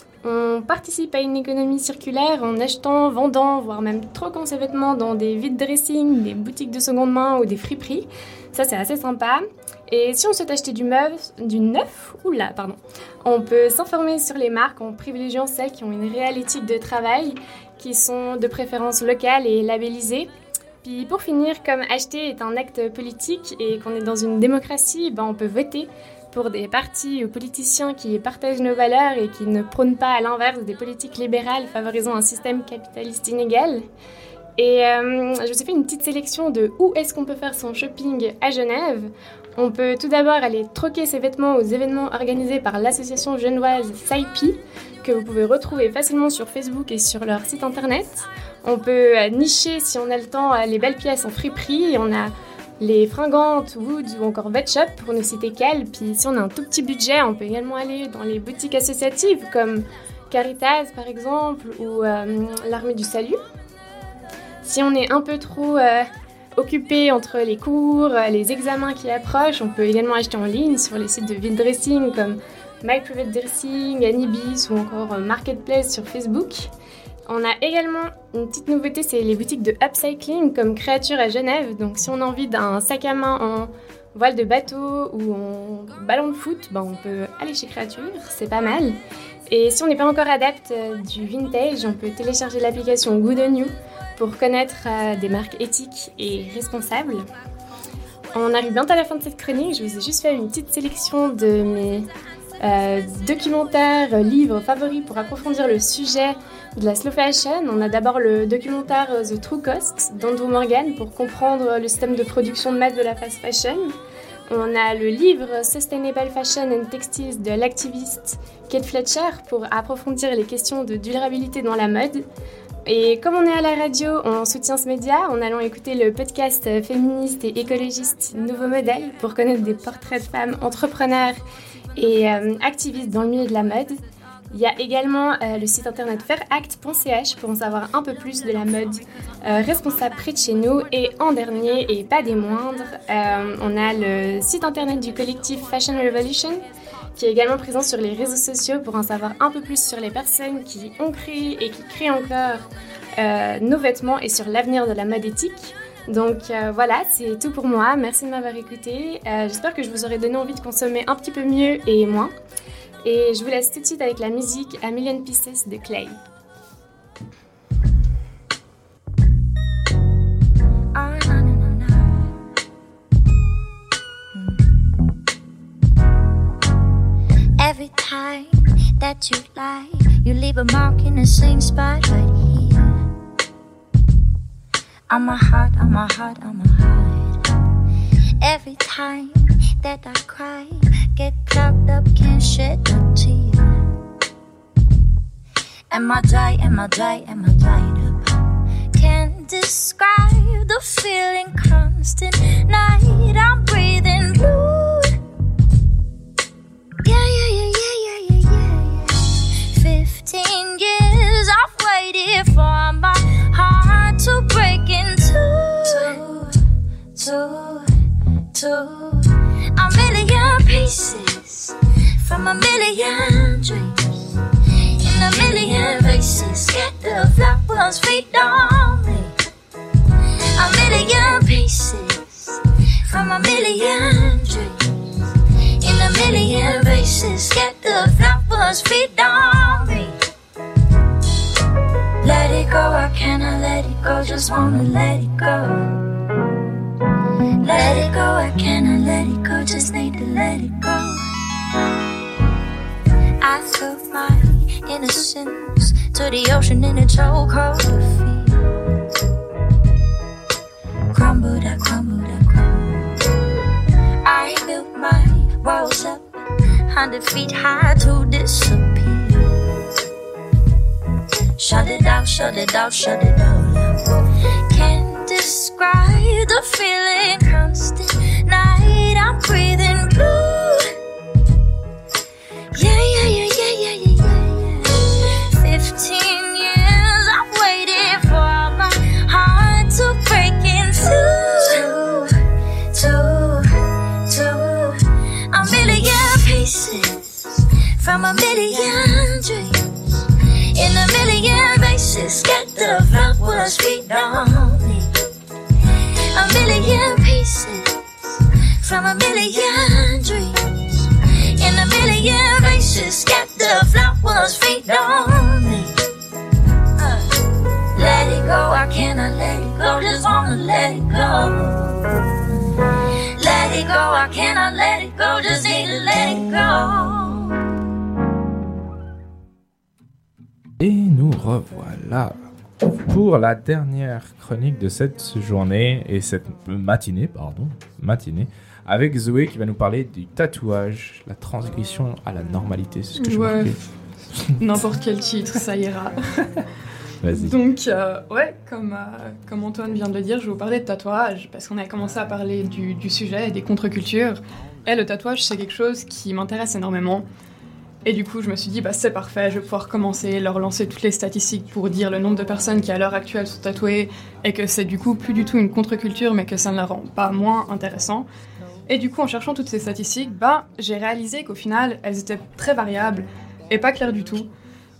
On participe à une économie circulaire en achetant, vendant, voire même troquant ses vêtements dans des vide dressing, des boutiques de seconde main ou des friperies. Ça, c'est assez sympa. Et si on souhaite acheter du, meuf, du neuf, oula, pardon, on peut s'informer sur les marques en privilégiant celles qui ont une réelle éthique de travail, qui sont de préférence locales et labellisées. Puis pour finir, comme acheter est un acte politique et qu'on est dans une démocratie, ben on peut voter pour des partis ou politiciens qui partagent nos valeurs et qui ne prônent pas à l'inverse des politiques libérales favorisant un système capitaliste inégal. Et euh, je vous ai fait une petite sélection de où est-ce qu'on peut faire son shopping à Genève. On peut tout d'abord aller troquer ses vêtements aux événements organisés par l'association genevoise Saipi, que vous pouvez retrouver facilement sur Facebook et sur leur site internet. On peut euh, nicher, si on a le temps, euh, les belles pièces en friperie. On a les fringantes, Woods ou encore Vet Shop, pour ne citer qu'elles. Puis si on a un tout petit budget, on peut également aller dans les boutiques associatives comme Caritas par exemple ou euh, l'Armée du Salut. Si on est un peu trop euh, occupé entre les cours, les examens qui approchent, on peut également acheter en ligne sur les sites de vide dressing comme My Private Dressing, Anibis ou encore Marketplace sur Facebook. On a également une petite nouveauté, c'est les boutiques de upcycling comme Créature à Genève. Donc si on a envie d'un sac à main en voile de bateau ou en ballon de foot, ben on peut aller chez Créature, c'est pas mal. Et si on n'est pas encore adepte euh, du vintage, on peut télécharger l'application Good On You pour connaître euh, des marques éthiques et responsables. On arrive bientôt à la fin de cette chronique, je vous ai juste fait une petite sélection de mes euh, documentaires, euh, livres favoris pour approfondir le sujet de la slow fashion. On a d'abord le documentaire euh, The True Cost d'Andrew Morgan pour comprendre le système de production de mode de la fast fashion. On a le livre Sustainable Fashion and Textiles de l'activiste Kate Fletcher pour approfondir les questions de durabilité dans la mode. Et comme on est à la radio, on soutient ce média en allant écouter le podcast féministe et écologiste Nouveau Modèle pour connaître des portraits de femmes entrepreneurs et euh, activistes dans le milieu de la mode. Il y a également euh, le site internet faireact point c h pour en savoir un peu plus de la mode euh, responsable près de chez nous. Et en dernier, et pas des moindres, euh, on a le site internet du collectif Fashion Revolution qui est également présent sur les réseaux sociaux pour en savoir un peu plus sur les personnes qui ont créé et qui créent encore euh, nos vêtements et sur l'avenir de la mode éthique. Donc euh, voilà, c'est tout pour moi. Merci de m'avoir écouté. Euh, j'espère que je vous aurai donné envie de consommer un petit peu mieux et moins. Et je vous laisse tout de suite avec la musique A Million Pieces de Clay. Every time that you lie, you leave a mark in the same spot right here. On my heart, on my heart, on my heart. Every time that I cry, get clogged up, can't shed a tear. Am I dry, am I dry, am I dried up? Can't describe the feeling, constant night, I'm breathing blue. Yeah, yeah, yeah, yeah, yeah, yeah, yeah, yeah. Fifteen years I've waited for my heart to break in two, two, two. A million pieces from a million dreams in a million faces. Get the flowers feet on me. A million pieces from a million dreams in a million faces. Get the flowers feet on me. Let it go, I cannot let it go. Just wanna let it go. Let it go, I cannot let it go, just need to let it go. I threw my innocence to the ocean in a chokehold of fear. Crumbled, I crumbled, I crumbled. I built my walls up, hundred feet high to disappear. Shut it out, shut it out, shut it all out. Can't describe the feeling, constant night, I'm breathing blue. Yeah, yeah, yeah, yeah, yeah, yeah, yeah, yeah. Fifteen years I've waited for my heart to break in two, two, two. A million pieces from a million dreams in a million faces. Get the flowers feet on me. A million pieces from a million dreams in a million faces. Get the flowers feet on me. Uh, let it go, I cannot let it go. Just wanna let it go. Let it go, I cannot let it go. Just need to let it go. Et nous revoilà pour la dernière chronique de cette journée et cette matinée, pardon, matinée, avec Zoé qui va nous parler du tatouage, la transgression à la normalité, c'est ce que je Ouais, marquais. n'importe quel titre, ça ira. Vas-y. Donc, euh, ouais, comme, euh, comme Antoine vient de le dire, je vais vous parler de tatouage, parce qu'on a commencé à parler du, du sujet et des contre-cultures. Et le tatouage, c'est quelque chose qui m'intéresse énormément. Et du coup, je me suis dit, bah, c'est parfait, je vais pouvoir commencer, leur lancer toutes les statistiques pour dire le nombre de personnes qui, à l'heure actuelle, sont tatouées, et que c'est du coup plus du tout une contre-culture, mais que ça ne la rend pas moins intéressant. Et du coup, en cherchant toutes ces statistiques, bah, j'ai réalisé qu'au final, elles étaient très variables, et pas claires du tout.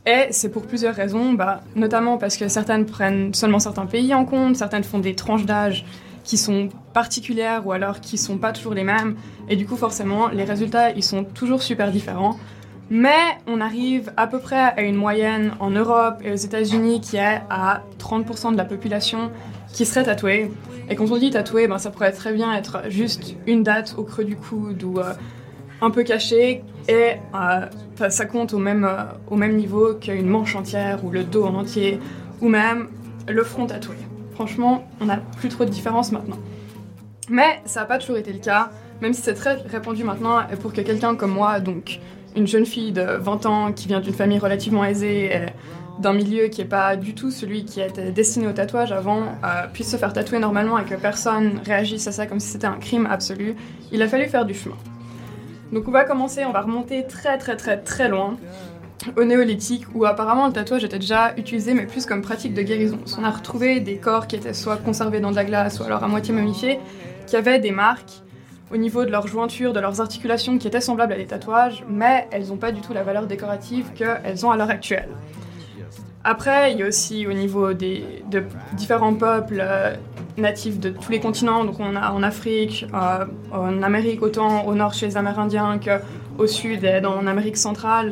Et c'est pour plusieurs raisons, bah, notamment parce que certaines prennent seulement certains pays en compte, certaines font des tranches d'âge qui sont particulières ou alors qui sont pas toujours les mêmes. Et du coup, forcément, les résultats, ils sont toujours super différents. Mais on arrive à peu près à une moyenne en Europe et aux États-Unis qui est à trente pour cent de la population qui serait tatouée. Et quand on dit tatouée, ben, ça pourrait très bien être juste une date au creux du coude ou euh, un peu cachée. Et euh, ça compte au même, euh, au même niveau qu'une manche entière ou le dos en entier ou même le front tatoué. Franchement, on n'a plus trop de différence maintenant. Mais ça n'a pas toujours été le cas, même si c'est très répandu maintenant. Et pour que quelqu'un comme moi, donc une jeune fille de vingt ans qui vient d'une famille relativement aisée et d'un milieu qui n'est pas du tout celui qui était destiné au tatouage avant, euh, puisse se faire tatouer normalement et que personne réagisse à ça comme si c'était un crime absolu, il a fallu faire du chemin. Donc on va commencer, on va remonter très très très très loin, au néolithique, où apparemment le tatouage était déjà utilisé, mais plus comme pratique de guérison. On a retrouvé des corps qui étaient soit conservés dans de la glace, ou alors à moitié momifiés, qui avaient des marques au niveau de leurs jointures, de leurs articulations, qui étaient semblables à des tatouages, mais elles n'ont pas du tout la valeur décorative qu'elles ont à l'heure actuelle. Après, il y a aussi au niveau des, de différents peuples euh, natifs de tous les continents, donc on a en Afrique, euh, en Amérique, autant au nord chez les Amérindiens qu'au sud et dans l'Amérique centrale,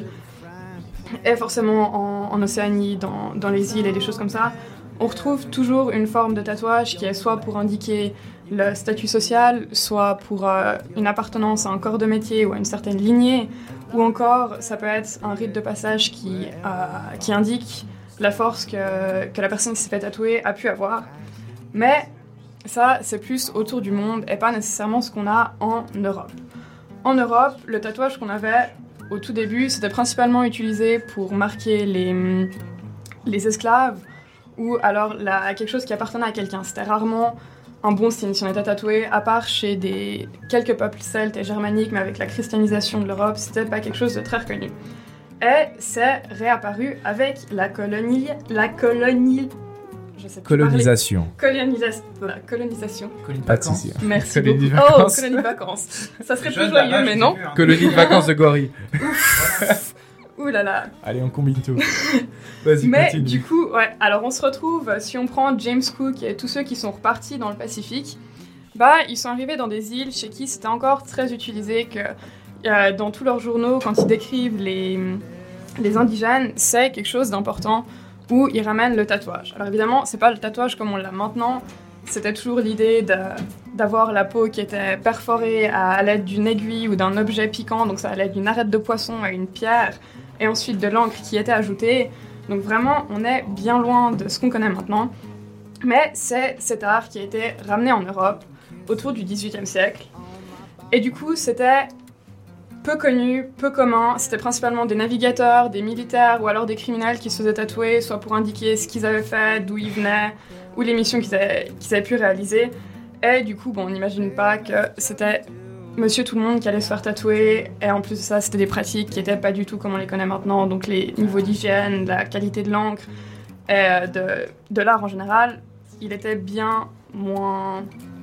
et forcément en, en Océanie, dans, dans les îles et des choses comme ça, on retrouve toujours une forme de tatouage qui est soit pour indiquer le statut social, soit pour euh, une appartenance à un corps de métier ou à une certaine lignée, ou encore ça peut être un rite de passage qui, euh, qui indique la force que, que la personne qui s'est fait tatouer a pu avoir. Mais ça, c'est plus autour du monde et pas nécessairement ce qu'on a en Europe. En Europe, le tatouage qu'on avait au tout début, c'était principalement utilisé pour marquer les, les esclaves ou alors la, quelque chose qui appartenait à quelqu'un. C'était rarement un bon signe si on était tatoué, à part chez des, quelques peuples celtes et germaniques, mais avec la christianisation de l'Europe, c'était pas quelque chose de très reconnu. Et c'est réapparu avec la colonie... La colonie... Je sais plus Colonisation. parler. Colonisation. Voilà, colonisation. Colonie de Pas de vacances. souci. Merci Colonie beaucoup. de Oh, vacances. colonie de vacances. Ça serait Jeune plus joyeux, là-bas, mais je non. sais plus, hein. Colonie de vacances de gorille. Ouh là là. Allez, on combine tout. Vas-y, Mais continue. du coup, ouais, alors on se retrouve, si on prend James Cook et tous ceux qui sont repartis dans le Pacifique, bah, ils sont arrivés dans des îles chez qui c'était encore très utilisé, que euh, dans tous leurs journaux, quand ils décrivent les, les indigènes, c'est quelque chose d'important où ils ramènent le tatouage. Alors évidemment, c'est pas le tatouage comme on l'a maintenant, c'était toujours l'idée de, d'avoir la peau qui était perforée à, à l'aide d'une aiguille ou d'un objet piquant, donc ça allait d'une arête de poisson à une pierre, et ensuite de l'encre qui était ajoutée. Donc vraiment, on est bien loin de ce qu'on connaît maintenant. Mais c'est cet art qui a été ramené en Europe autour du dix-huitième siècle. Et du coup, c'était peu connu, peu commun. C'était principalement des navigateurs, des militaires ou alors des criminels qui se faisaient tatouer, soit pour indiquer ce qu'ils avaient fait, d'où ils venaient, ou les missions qu'ils avaient, qu'ils avaient pu réaliser. Et du coup, bon, on n'imagine pas que c'était Monsieur Tout-le-Monde qui allait se faire tatouer. Et en plus de ça, c'était des pratiques qui n'étaient pas du tout comme on les connaît maintenant. Donc les niveaux d'hygiène, la qualité de l'encre et de, de l'art en général, il était bien moins,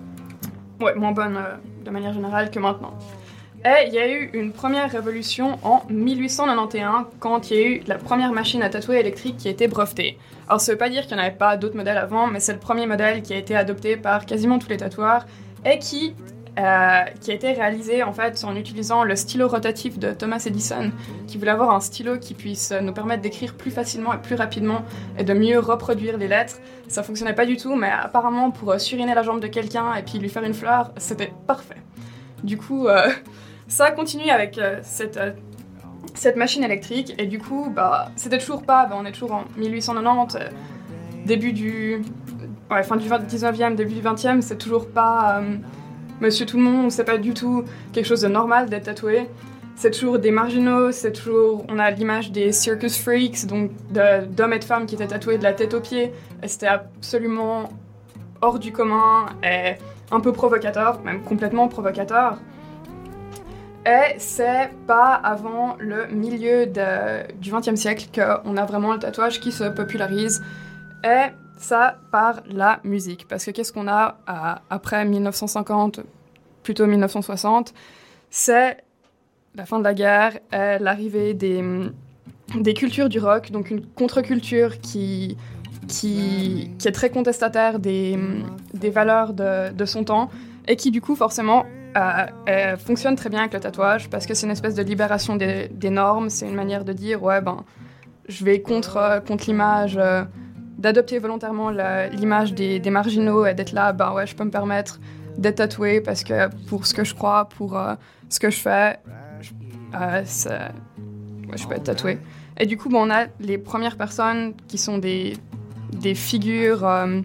ouais, moins bonne euh, de manière générale que maintenant. Et il y a eu une première révolution en mille huit cent quatre-vingt-onze, quand il y a eu la première machine à tatouer électrique qui a été brevetée. Alors ça veut pas dire qu'il n'y en avait pas d'autres modèles avant, mais c'est le premier modèle qui a été adopté par quasiment tous les tatoueurs et qui, euh, qui a été réalisé en fait en utilisant le stylo rotatif de Thomas Edison, qui voulait avoir un stylo qui puisse nous permettre d'écrire plus facilement et plus rapidement et de mieux reproduire les lettres. Ça fonctionnait pas du tout, mais apparemment pour suriner la jambe de quelqu'un et puis lui faire une fleur, c'était parfait. Du coup... Euh, Ça continue avec euh, cette, euh, cette machine électrique, et du coup, bah, c'était toujours pas, bah, on est toujours en mille huit cent quatre-vingt-dix, euh, début du... Ouais, fin du dix-neuvième, début du vingtième, c'est toujours pas euh, Monsieur Tout-le-Monde, c'est pas du tout quelque chose de normal d'être tatoué. C'est toujours des marginaux, c'est toujours... On a l'image des circus freaks, donc de, d'hommes et de femmes qui étaient tatoués de la tête aux pieds, et c'était absolument hors du commun, et un peu provocateur, même complètement provocateur. Et c'est pas avant le milieu de, du vingtième siècle qu'on a vraiment le tatouage qui se popularise. Et ça par la musique. Parce que qu'est-ce qu'on a à, après mille neuf cent cinquante, plutôt mille neuf cent soixante, c'est la fin de la guerre et l'arrivée des, des cultures du rock, donc une contre-culture qui, qui, qui est très contestataire des, des valeurs de, de son temps et qui du coup forcément euh, euh, fonctionne très bien avec le tatouage parce que c'est une espèce de libération des, des normes, c'est une manière de dire ouais ben je vais contre, euh, contre l'image, euh, d'adopter volontairement la, l'image des, des marginaux et d'être là, ben ouais je peux me permettre d'être tatoué parce que pour ce que je crois, pour euh, ce que je fais, je, euh, c'est, ouais, je peux être tatoué. Et du coup, bon, on a les premières personnes qui sont des, des figures, euh,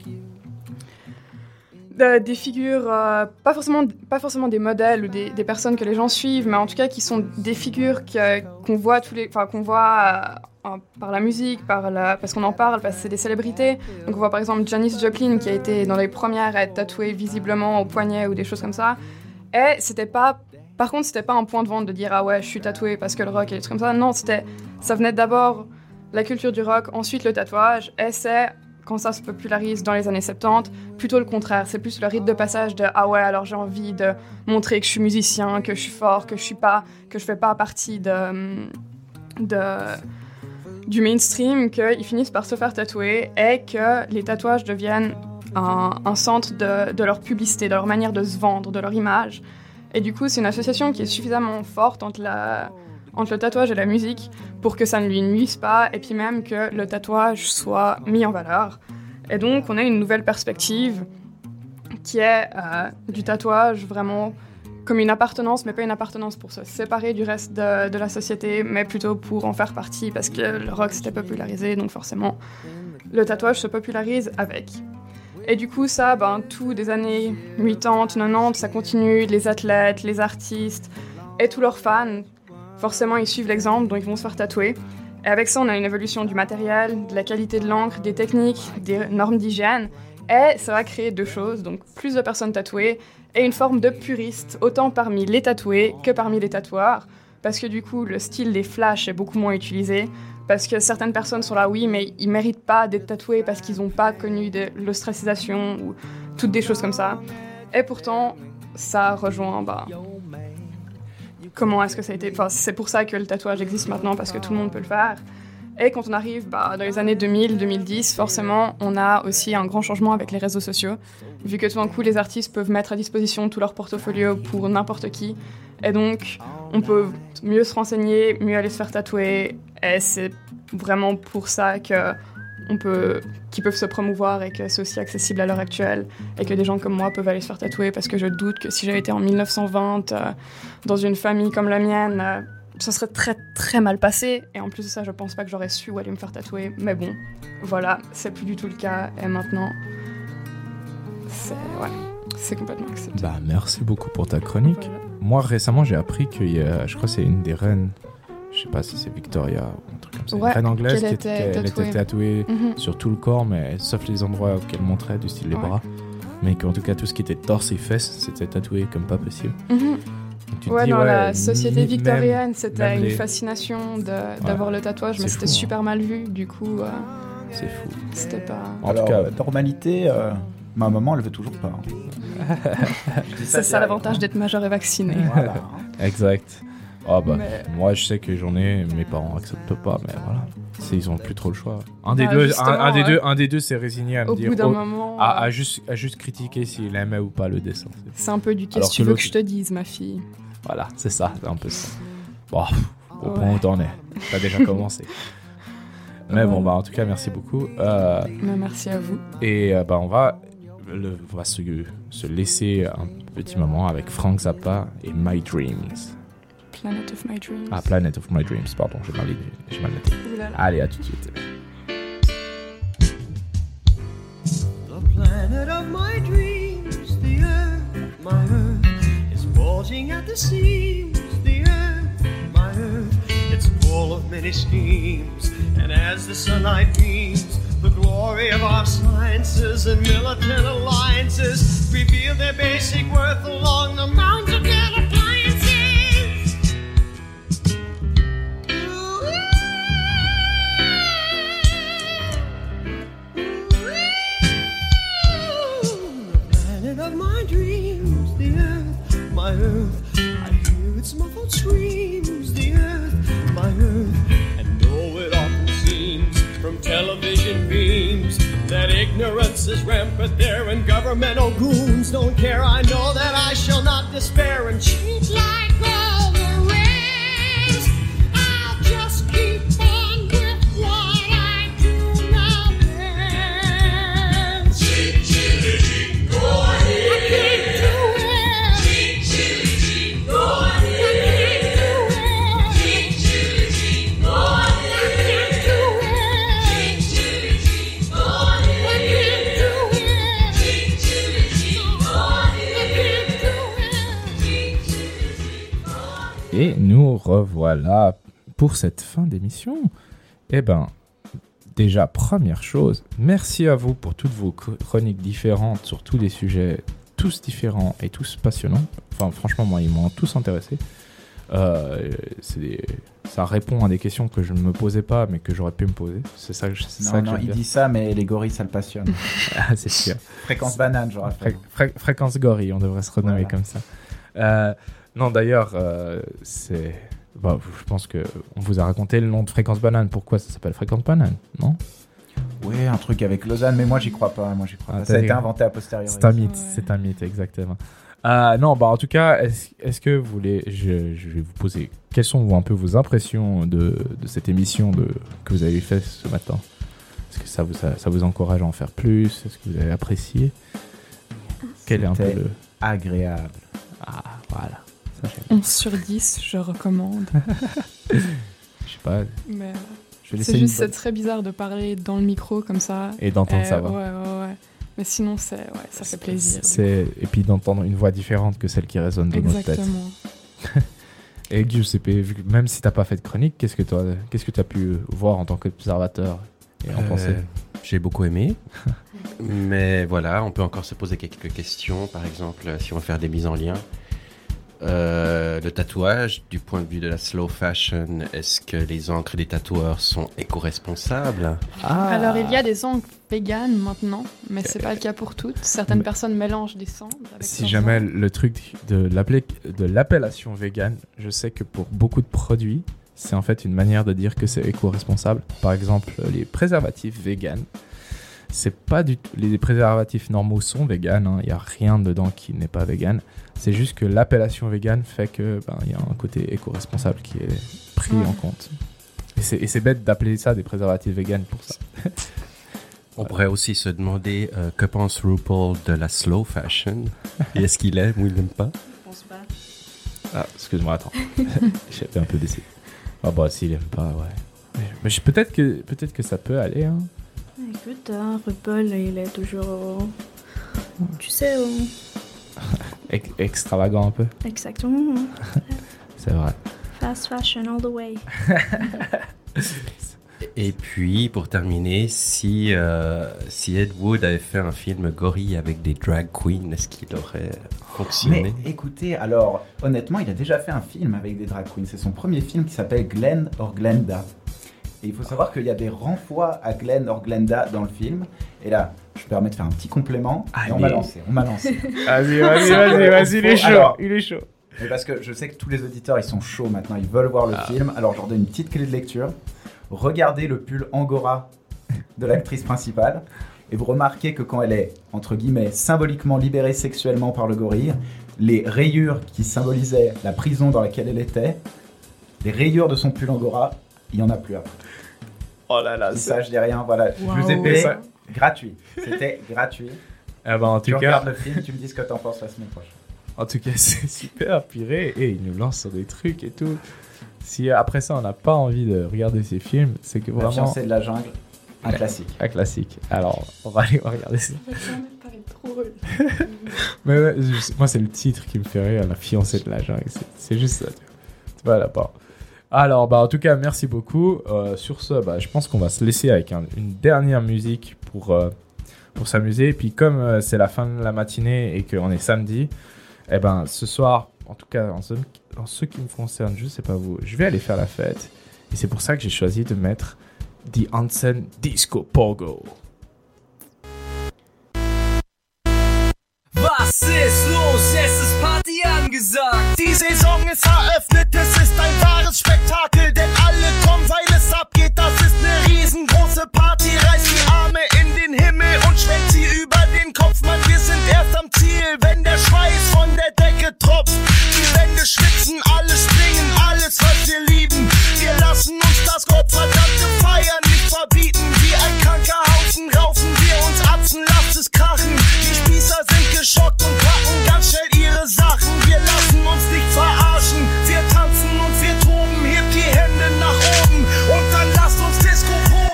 de, des figures euh, pas, forcément, pas forcément des modèles ou des, des personnes que les gens suivent, mais en tout cas qui sont des figures que, qu'on voit, tous les, enfin, qu'on voit euh, par la musique, par la, parce qu'on en parle, parce que c'est des célébrités. Donc on voit par exemple Janis Joplin qui a été dans les premières à être tatouée visiblement au poignet ou des choses comme ça. Et c'était pas... Par contre, c'était pas un point de vente de dire « Ah ouais, je suis tatouée parce que le rock et des trucs comme ça ». Non, c'était, ça venait d'abord la culture du rock, ensuite le tatouage. Et c'est, quand ça se popularise dans les années soixante-dix, plutôt le contraire. C'est plus le rite de passage de « Ah ouais, alors j'ai envie de montrer que je suis musicien, que je suis fort, que je suis pas, que je fais pas partie de, de, du mainstream », qu'ils finissent par se faire tatouer et que les tatouages deviennent un, un centre de, de leur publicité, de leur manière de se vendre, de leur image. Et du coup, c'est une association qui est suffisamment forte entre, la, entre le tatouage et la musique pour que ça ne lui nuise pas et puis même que le tatouage soit mis en valeur. Et donc, on a une nouvelle perspective qui est euh, du tatouage vraiment comme une appartenance, mais pas une appartenance pour se séparer du reste de, de la société, mais plutôt pour en faire partie parce que le rock s'était popularisé, donc forcément, le tatouage se popularise avec. Et du coup, ça, ben, tout des années quatre-vingt-dix, quatre-vingt-dix, ça continue, les athlètes, les artistes et tous leurs fans, forcément, ils suivent l'exemple, donc ils vont se faire tatouer. Et avec ça, on a une évolution du matériel, de la qualité de l'encre, des techniques, des normes d'hygiène, et ça va créer deux choses, donc plus de personnes tatouées et une forme de puriste, autant parmi les tatoués que parmi les tatoueurs, parce que du coup, le style des flashs est beaucoup moins utilisé, parce que certaines personnes sont là, oui, mais ils méritent pas d'être tatoués parce qu'ils n'ont pas connu de l'ostracisation ou toutes des choses comme ça. Et pourtant, ça rejoint, bah, comment est-ce que ça a été... Enfin, c'est pour ça que le tatouage existe maintenant, parce que tout le monde peut le faire. Et quand on arrive bah, dans les années deux mille, deux mille dix, forcément, on a aussi un grand changement avec les réseaux sociaux, vu que tout d'un coup, les artistes peuvent mettre à disposition tout leur portfolio pour n'importe qui. Et donc, on peut mieux se renseigner, mieux aller se faire tatouer. Et c'est vraiment pour ça que on peut, qu'ils peuvent se promouvoir et que c'est aussi accessible à l'heure actuelle. Et que des gens comme moi peuvent aller se faire tatouer. Parce que je doute que si j'avais été en mille neuf cent vingt, euh, dans une famille comme la mienne, euh, ça serait très très mal passé. Et en plus de ça, je pense pas que j'aurais su où aller me faire tatouer. Mais bon, voilà, c'est plus du tout le cas. Et maintenant, c'est, ouais, c'est complètement accepté. Bah, merci beaucoup pour ta chronique. Voilà. Moi, récemment, j'ai appris qu'il y a, je crois que c'est une des reines, je sais pas si c'est Victoria ou un truc comme ça, Ouais, une reine anglaise qu'elle qui était était, elle tatouée. était tatouée Mhm. sur tout le corps, mais sauf les endroits qu'elle montrait, du style les Ouais. bras. Mais qu'en tout cas, tout ce qui était torse et fesses, c'était tatoué comme pas possible. Mhm. Donc, tu te Ouais, dis, dans ouais, la société mi- victorienne, même- c'était même une les- fascination de, d'avoir le tatouage, mais C'est c'était fou, hein. super mal vu. Du coup, euh, C'est fou. c'était pas. En Alors, tout cas, ouais. normalité, euh, ma maman, elle veut toujours pas. hein. Je dis C'est ça direct, l'avantage hein. d'être majeur et vacciné. Voilà. Exact. Ah bah, Mais- moi je sais que j'en ai, mes parents acceptent pas, mais voilà. C'est, ils ont plus trop le choix. Un des Bah, deux, un, justement, un des ouais. deux, un des deux s'est résigné à me Au dire, bout d'un oh, moment, à, euh, à juste, à juste critiquer s'il aimait ou pas le dessin. C'est- c'est un peu du Alors qu'est-ce que tu que veux l'autre- que je te dise, ma fille. Voilà, c'est ça, c'est un peu ça. Bon, au Ouais. point où t'en es, t'as déjà commencé. Mais bon, Ouais. bah en tout cas, merci beaucoup. Euh, Mais merci à vous. et euh, bah on va, le, on va se, se laisser un petit moment avec Frank Zappa et My Dreams. Planet of My Dreams. Ah, Planet of My Dreams, pardon, j'ai mal, j'ai mal noté. Ouh là là. Allez, à tout de suite. The planet of my dreams, the earth, my earth, is bulging at the seams. The earth, my earth, it's full of many schemes. And as the sunlight beams, the glory of our sciences and militant alliances reveal their basic worth along the mountains of their appliances. Planet of my dreams, the earth, my earth. I hear its muffled screams, the earth, my earth, and know television beams. That ignorance is rampant there, and governmental goons don't care. I know that I shall not despair and cheat like all the rest. I'll just keep on with what I do now best. Ching, chilly, ching, go ahead. I can't do it. Ching, chilly, ching, go ahead. I can't do it. Ching, chilly, ching, go ahead. I can't do it. Ching, chilly, ching, go ahead. I can't do it. Ching, chilly, ching, go ahead. I can't do it. Ching, chilly, ching, go ahead. Et nous revoilà pour cette fin d'émission. Eh ben, déjà, première chose, merci à vous pour toutes vos chroniques différentes sur tous les sujets, tous différents et tous passionnants. Enfin, franchement, moi, ils m'ont tous intéressé. Euh, c'est des- Ça répond à des questions que je ne me posais pas, mais que j'aurais pu me poser. C'est ça que, je- c'est Non, ça que non, j'aime il bien. dit ça, mais les gorilles, ça le passionne. Ah, c'est sûr. Fréquence banane, je rappelle. Fré- fré- fréquence gorille, on devrait se renommer Voilà. comme ça. Euh, non, d'ailleurs, euh, c'est. Bah, je pense que on vous a raconté le nom de fréquence banane. Pourquoi ça s'appelle fréquence banane, non? Oui, un truc avec Lausanne, mais moi, j'y crois pas. Moi, j'y crois Ah, pas. t'as Ça a été dit- inventé a posteriori. C'est un mythe, c'est un mythe, exactement. Euh, non, bah en tout cas, est-ce, est-ce que vous voulez, je, je vais vous poser, quelles sont un peu vos impressions de, de cette émission de, que vous avez fait ce matin? Est-ce que ça vous, ça, ça vous encourage à en faire plus? Est-ce que vous avez apprécié? Quel est un peu C'était le... agréable. Ah, voilà. Ça, j'aime. onze sur dix, je recommande. Je sais pas. Mais Je vais laisser c'est une juste c'est bonne- très bizarre de parler dans le micro comme ça. Et d'entendre sa voix. Ouais, ouais, ouais. Mais sinon, c'est, ouais, ça fait plaisir. C'est... Et puis d'entendre une voix différente que celle qui résonne dans notre tête. Exactement. Et Giuseppe, vu que même si t'as pas fait de chronique, qu'est-ce que toi, qu'est-ce que t'as pu voir en tant qu'observateur et en Euh, penser? J'ai beaucoup aimé. Mais voilà, on peut encore se poser quelques questions. Par exemple, si on veut faire des mises en lien. Euh, le tatouage, du point de vue de la slow fashion, est-ce que les encres des tatoueurs sont éco-responsables? Alors, il y a des encres véganes maintenant, mais c'est pas le cas pour toutes. Certaines personnes mélangent des cendres avec Si leurs jamais encres. le truc de, l'appelé- de l'appellation vegan, je sais que pour beaucoup de produits, c'est en fait une manière de dire que c'est éco-responsable. Par exemple, les préservatifs vegan, c'est pas du tout. Les préservatifs normaux sont vegan, il n'y a rien dedans qui n'est pas vegan. C'est juste que l'appellation vegan fait que ben, y a un côté éco-responsable qui est pris Ouais. en compte. Et c'est, et c'est bête d'appeler ça des préservatifs vegan pour ça. On pourrait aussi se demander euh, que pense RuPaul de la slow fashion? Et est-ce qu'il aime ou il n'aime pas? Je pense pas. Ah, excuse-moi, attends. J'étais un peu déçu. Ah bah s'il aime pas, ouais. Mais, mais je- peut-être que peut-être que ça peut aller. Hein. Écoute, hein, RuPaul, il est toujours. Tu sais, euh, Ex- extravagant un peu. exactement. hein. C'est vrai. Fast fashion all the way. Et puis, pour terminer, si, euh, si Ed Wood avait fait un film gorille avec des drag queens, est-ce qu'il aurait fonctionné? Mais écoutez, alors, honnêtement, il a déjà fait un film avec des drag queens. C'est son premier film qui s'appelle Glenn or Glenda. Et il faut savoir qu'il y a des renvois à Glenn or Glenda dans le film. Et là, je me permets de faire un petit complément. Et on m'a Allez. lancé, on m'a lancé. Vas-y, vas-y, vas-y, vas-y, il est chaud, Alors, il est chaud. mais parce que je sais que tous les auditeurs, ils sont chauds maintenant, ils veulent voir le Ah. film. Alors, je leur donne une petite clé de lecture. Regardez le pull Angora de l'actrice principale. Et vous remarquez que quand elle est, entre guillemets, symboliquement libérée sexuellement par le gorille, les rayures qui symbolisaient la prison dans laquelle elle était, les rayures de son pull Angora, il n'y en a plus après. Oh là là, Si ça, je dis rien, voilà. Wow. Je vous ai Et payé ça- gratuit. C'était gratuit. Ah bah, en Tu tout regardes cas, le film, tu me dis ce que t'en penses la semaine prochaine. en tout cas, c'est super piré et il nous lance sur des trucs et tout. Si après ça on n'a pas envie de regarder ces films, c'est que La vraiment fiancée de la jungle, un classique. un classique. Alors, on va aller regarder ça. Ça va jamais paraître drôle. Mais ouais, je- moi, c'est le titre qui me fait rire, la fiancée de la jungle. C'est, c'est juste ça. tu vois. C'est pas là-bas. Alors, bah, en tout cas, merci beaucoup. Euh, sur ce, bah, je pense qu'on va se laisser avec un- une dernière musique pour, euh, pour s'amuser. Et puis, comme euh, c'est la fin de la matinée et qu'on est samedi, eh ben, ce soir, en tout cas, en ce, en ce qui me concerne, je sais pas vous, je vais aller faire la fête. Et c'est pour ça que j'ai choisi de mettre The Hansen Disco Pogo. Was ist los? Es ist Party angesagt. Die Saison ist eröffnet, es ist ein wahres Spektakel, denn alle kommen, weil es abgeht. Das ist eine riesengroße Party Schweiß von der Decke tropft. Die Wände schwitzen, alle springen, alles was wir lieben. Wir lassen uns das gottverdammte Feiern nicht verbieten. Wie ein kranker Haufen raufen wir uns Atzen, lasst es krachen. Die Spießer sind geschockt und packen ganz schnell ihre Sachen. Wir lassen uns nicht verarschen, wir tanzen und wir toben. Hebt die Hände nach oben und dann lasst uns Disco proben.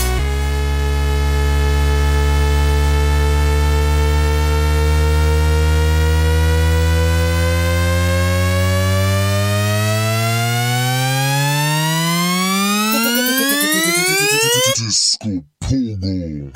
Disco Pogo.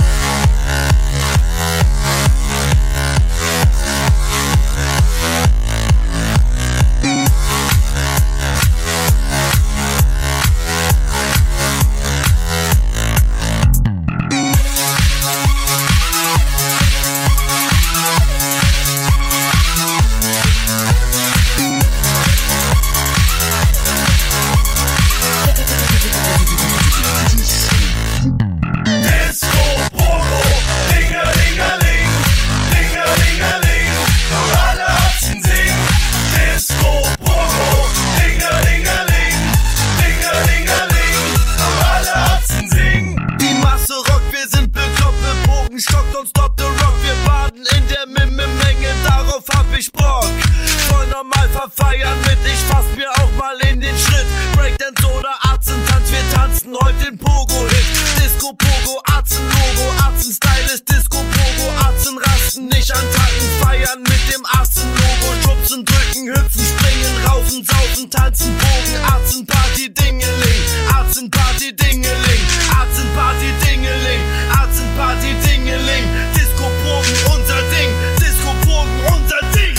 Stockt und stop the rock, wir baden in der Mimme-Menge, darauf hab ich Bock. Voll normal verfeiern mit, ich fass mir auch mal in den Schritt. Breakdance oder Arzentanz, wir tanzen heute den Pogo-Hit. Disco Pogo, Arzen-Logo, Arzen-Style ist Disco Pogo. Arzen rasten, nicht antanken, feiern mit dem Arzen-Logo. Schubsen, drücken, hüpfen, springen, raufen, saufen, tanzen, Bogen. Arzen-Party, Dingeling, Arzen-Party, Dingeling, Arzen-Party, Dingeling, Arzen-Party, Dingeling. Disco-Proben, unser Ding, Disco-Proben, unser Ding.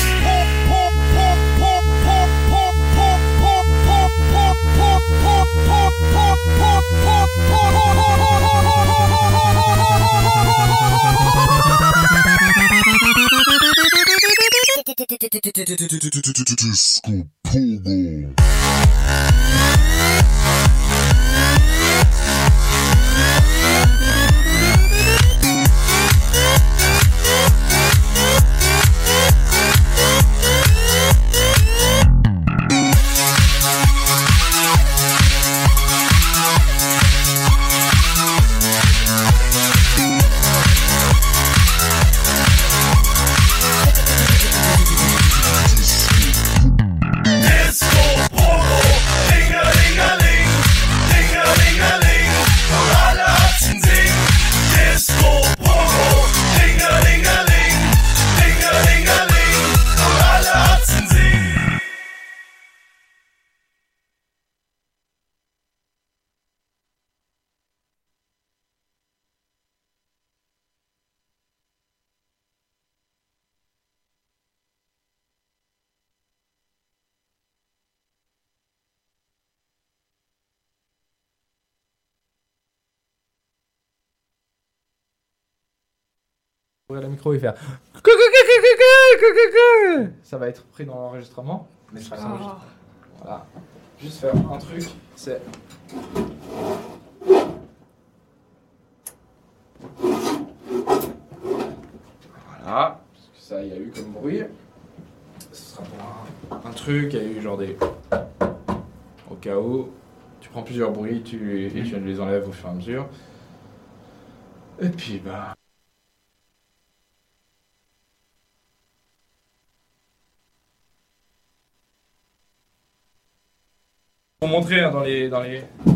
Disco Pogo. Ouvrir le micro et faire. Ça va être pris dans l'enregistrement. Mais c'est pas grave. Oh. Voilà. Juste faire un truc, c'est. Voilà. Parce que ça, il y a eu comme bruit. Ce sera pour un, un truc, il y a eu genre des. Au cas où. Tu prends plusieurs bruits tu, et tu les enlèves au fur et à mesure. Et puis, bah. Pour montrer hein, dans les dans les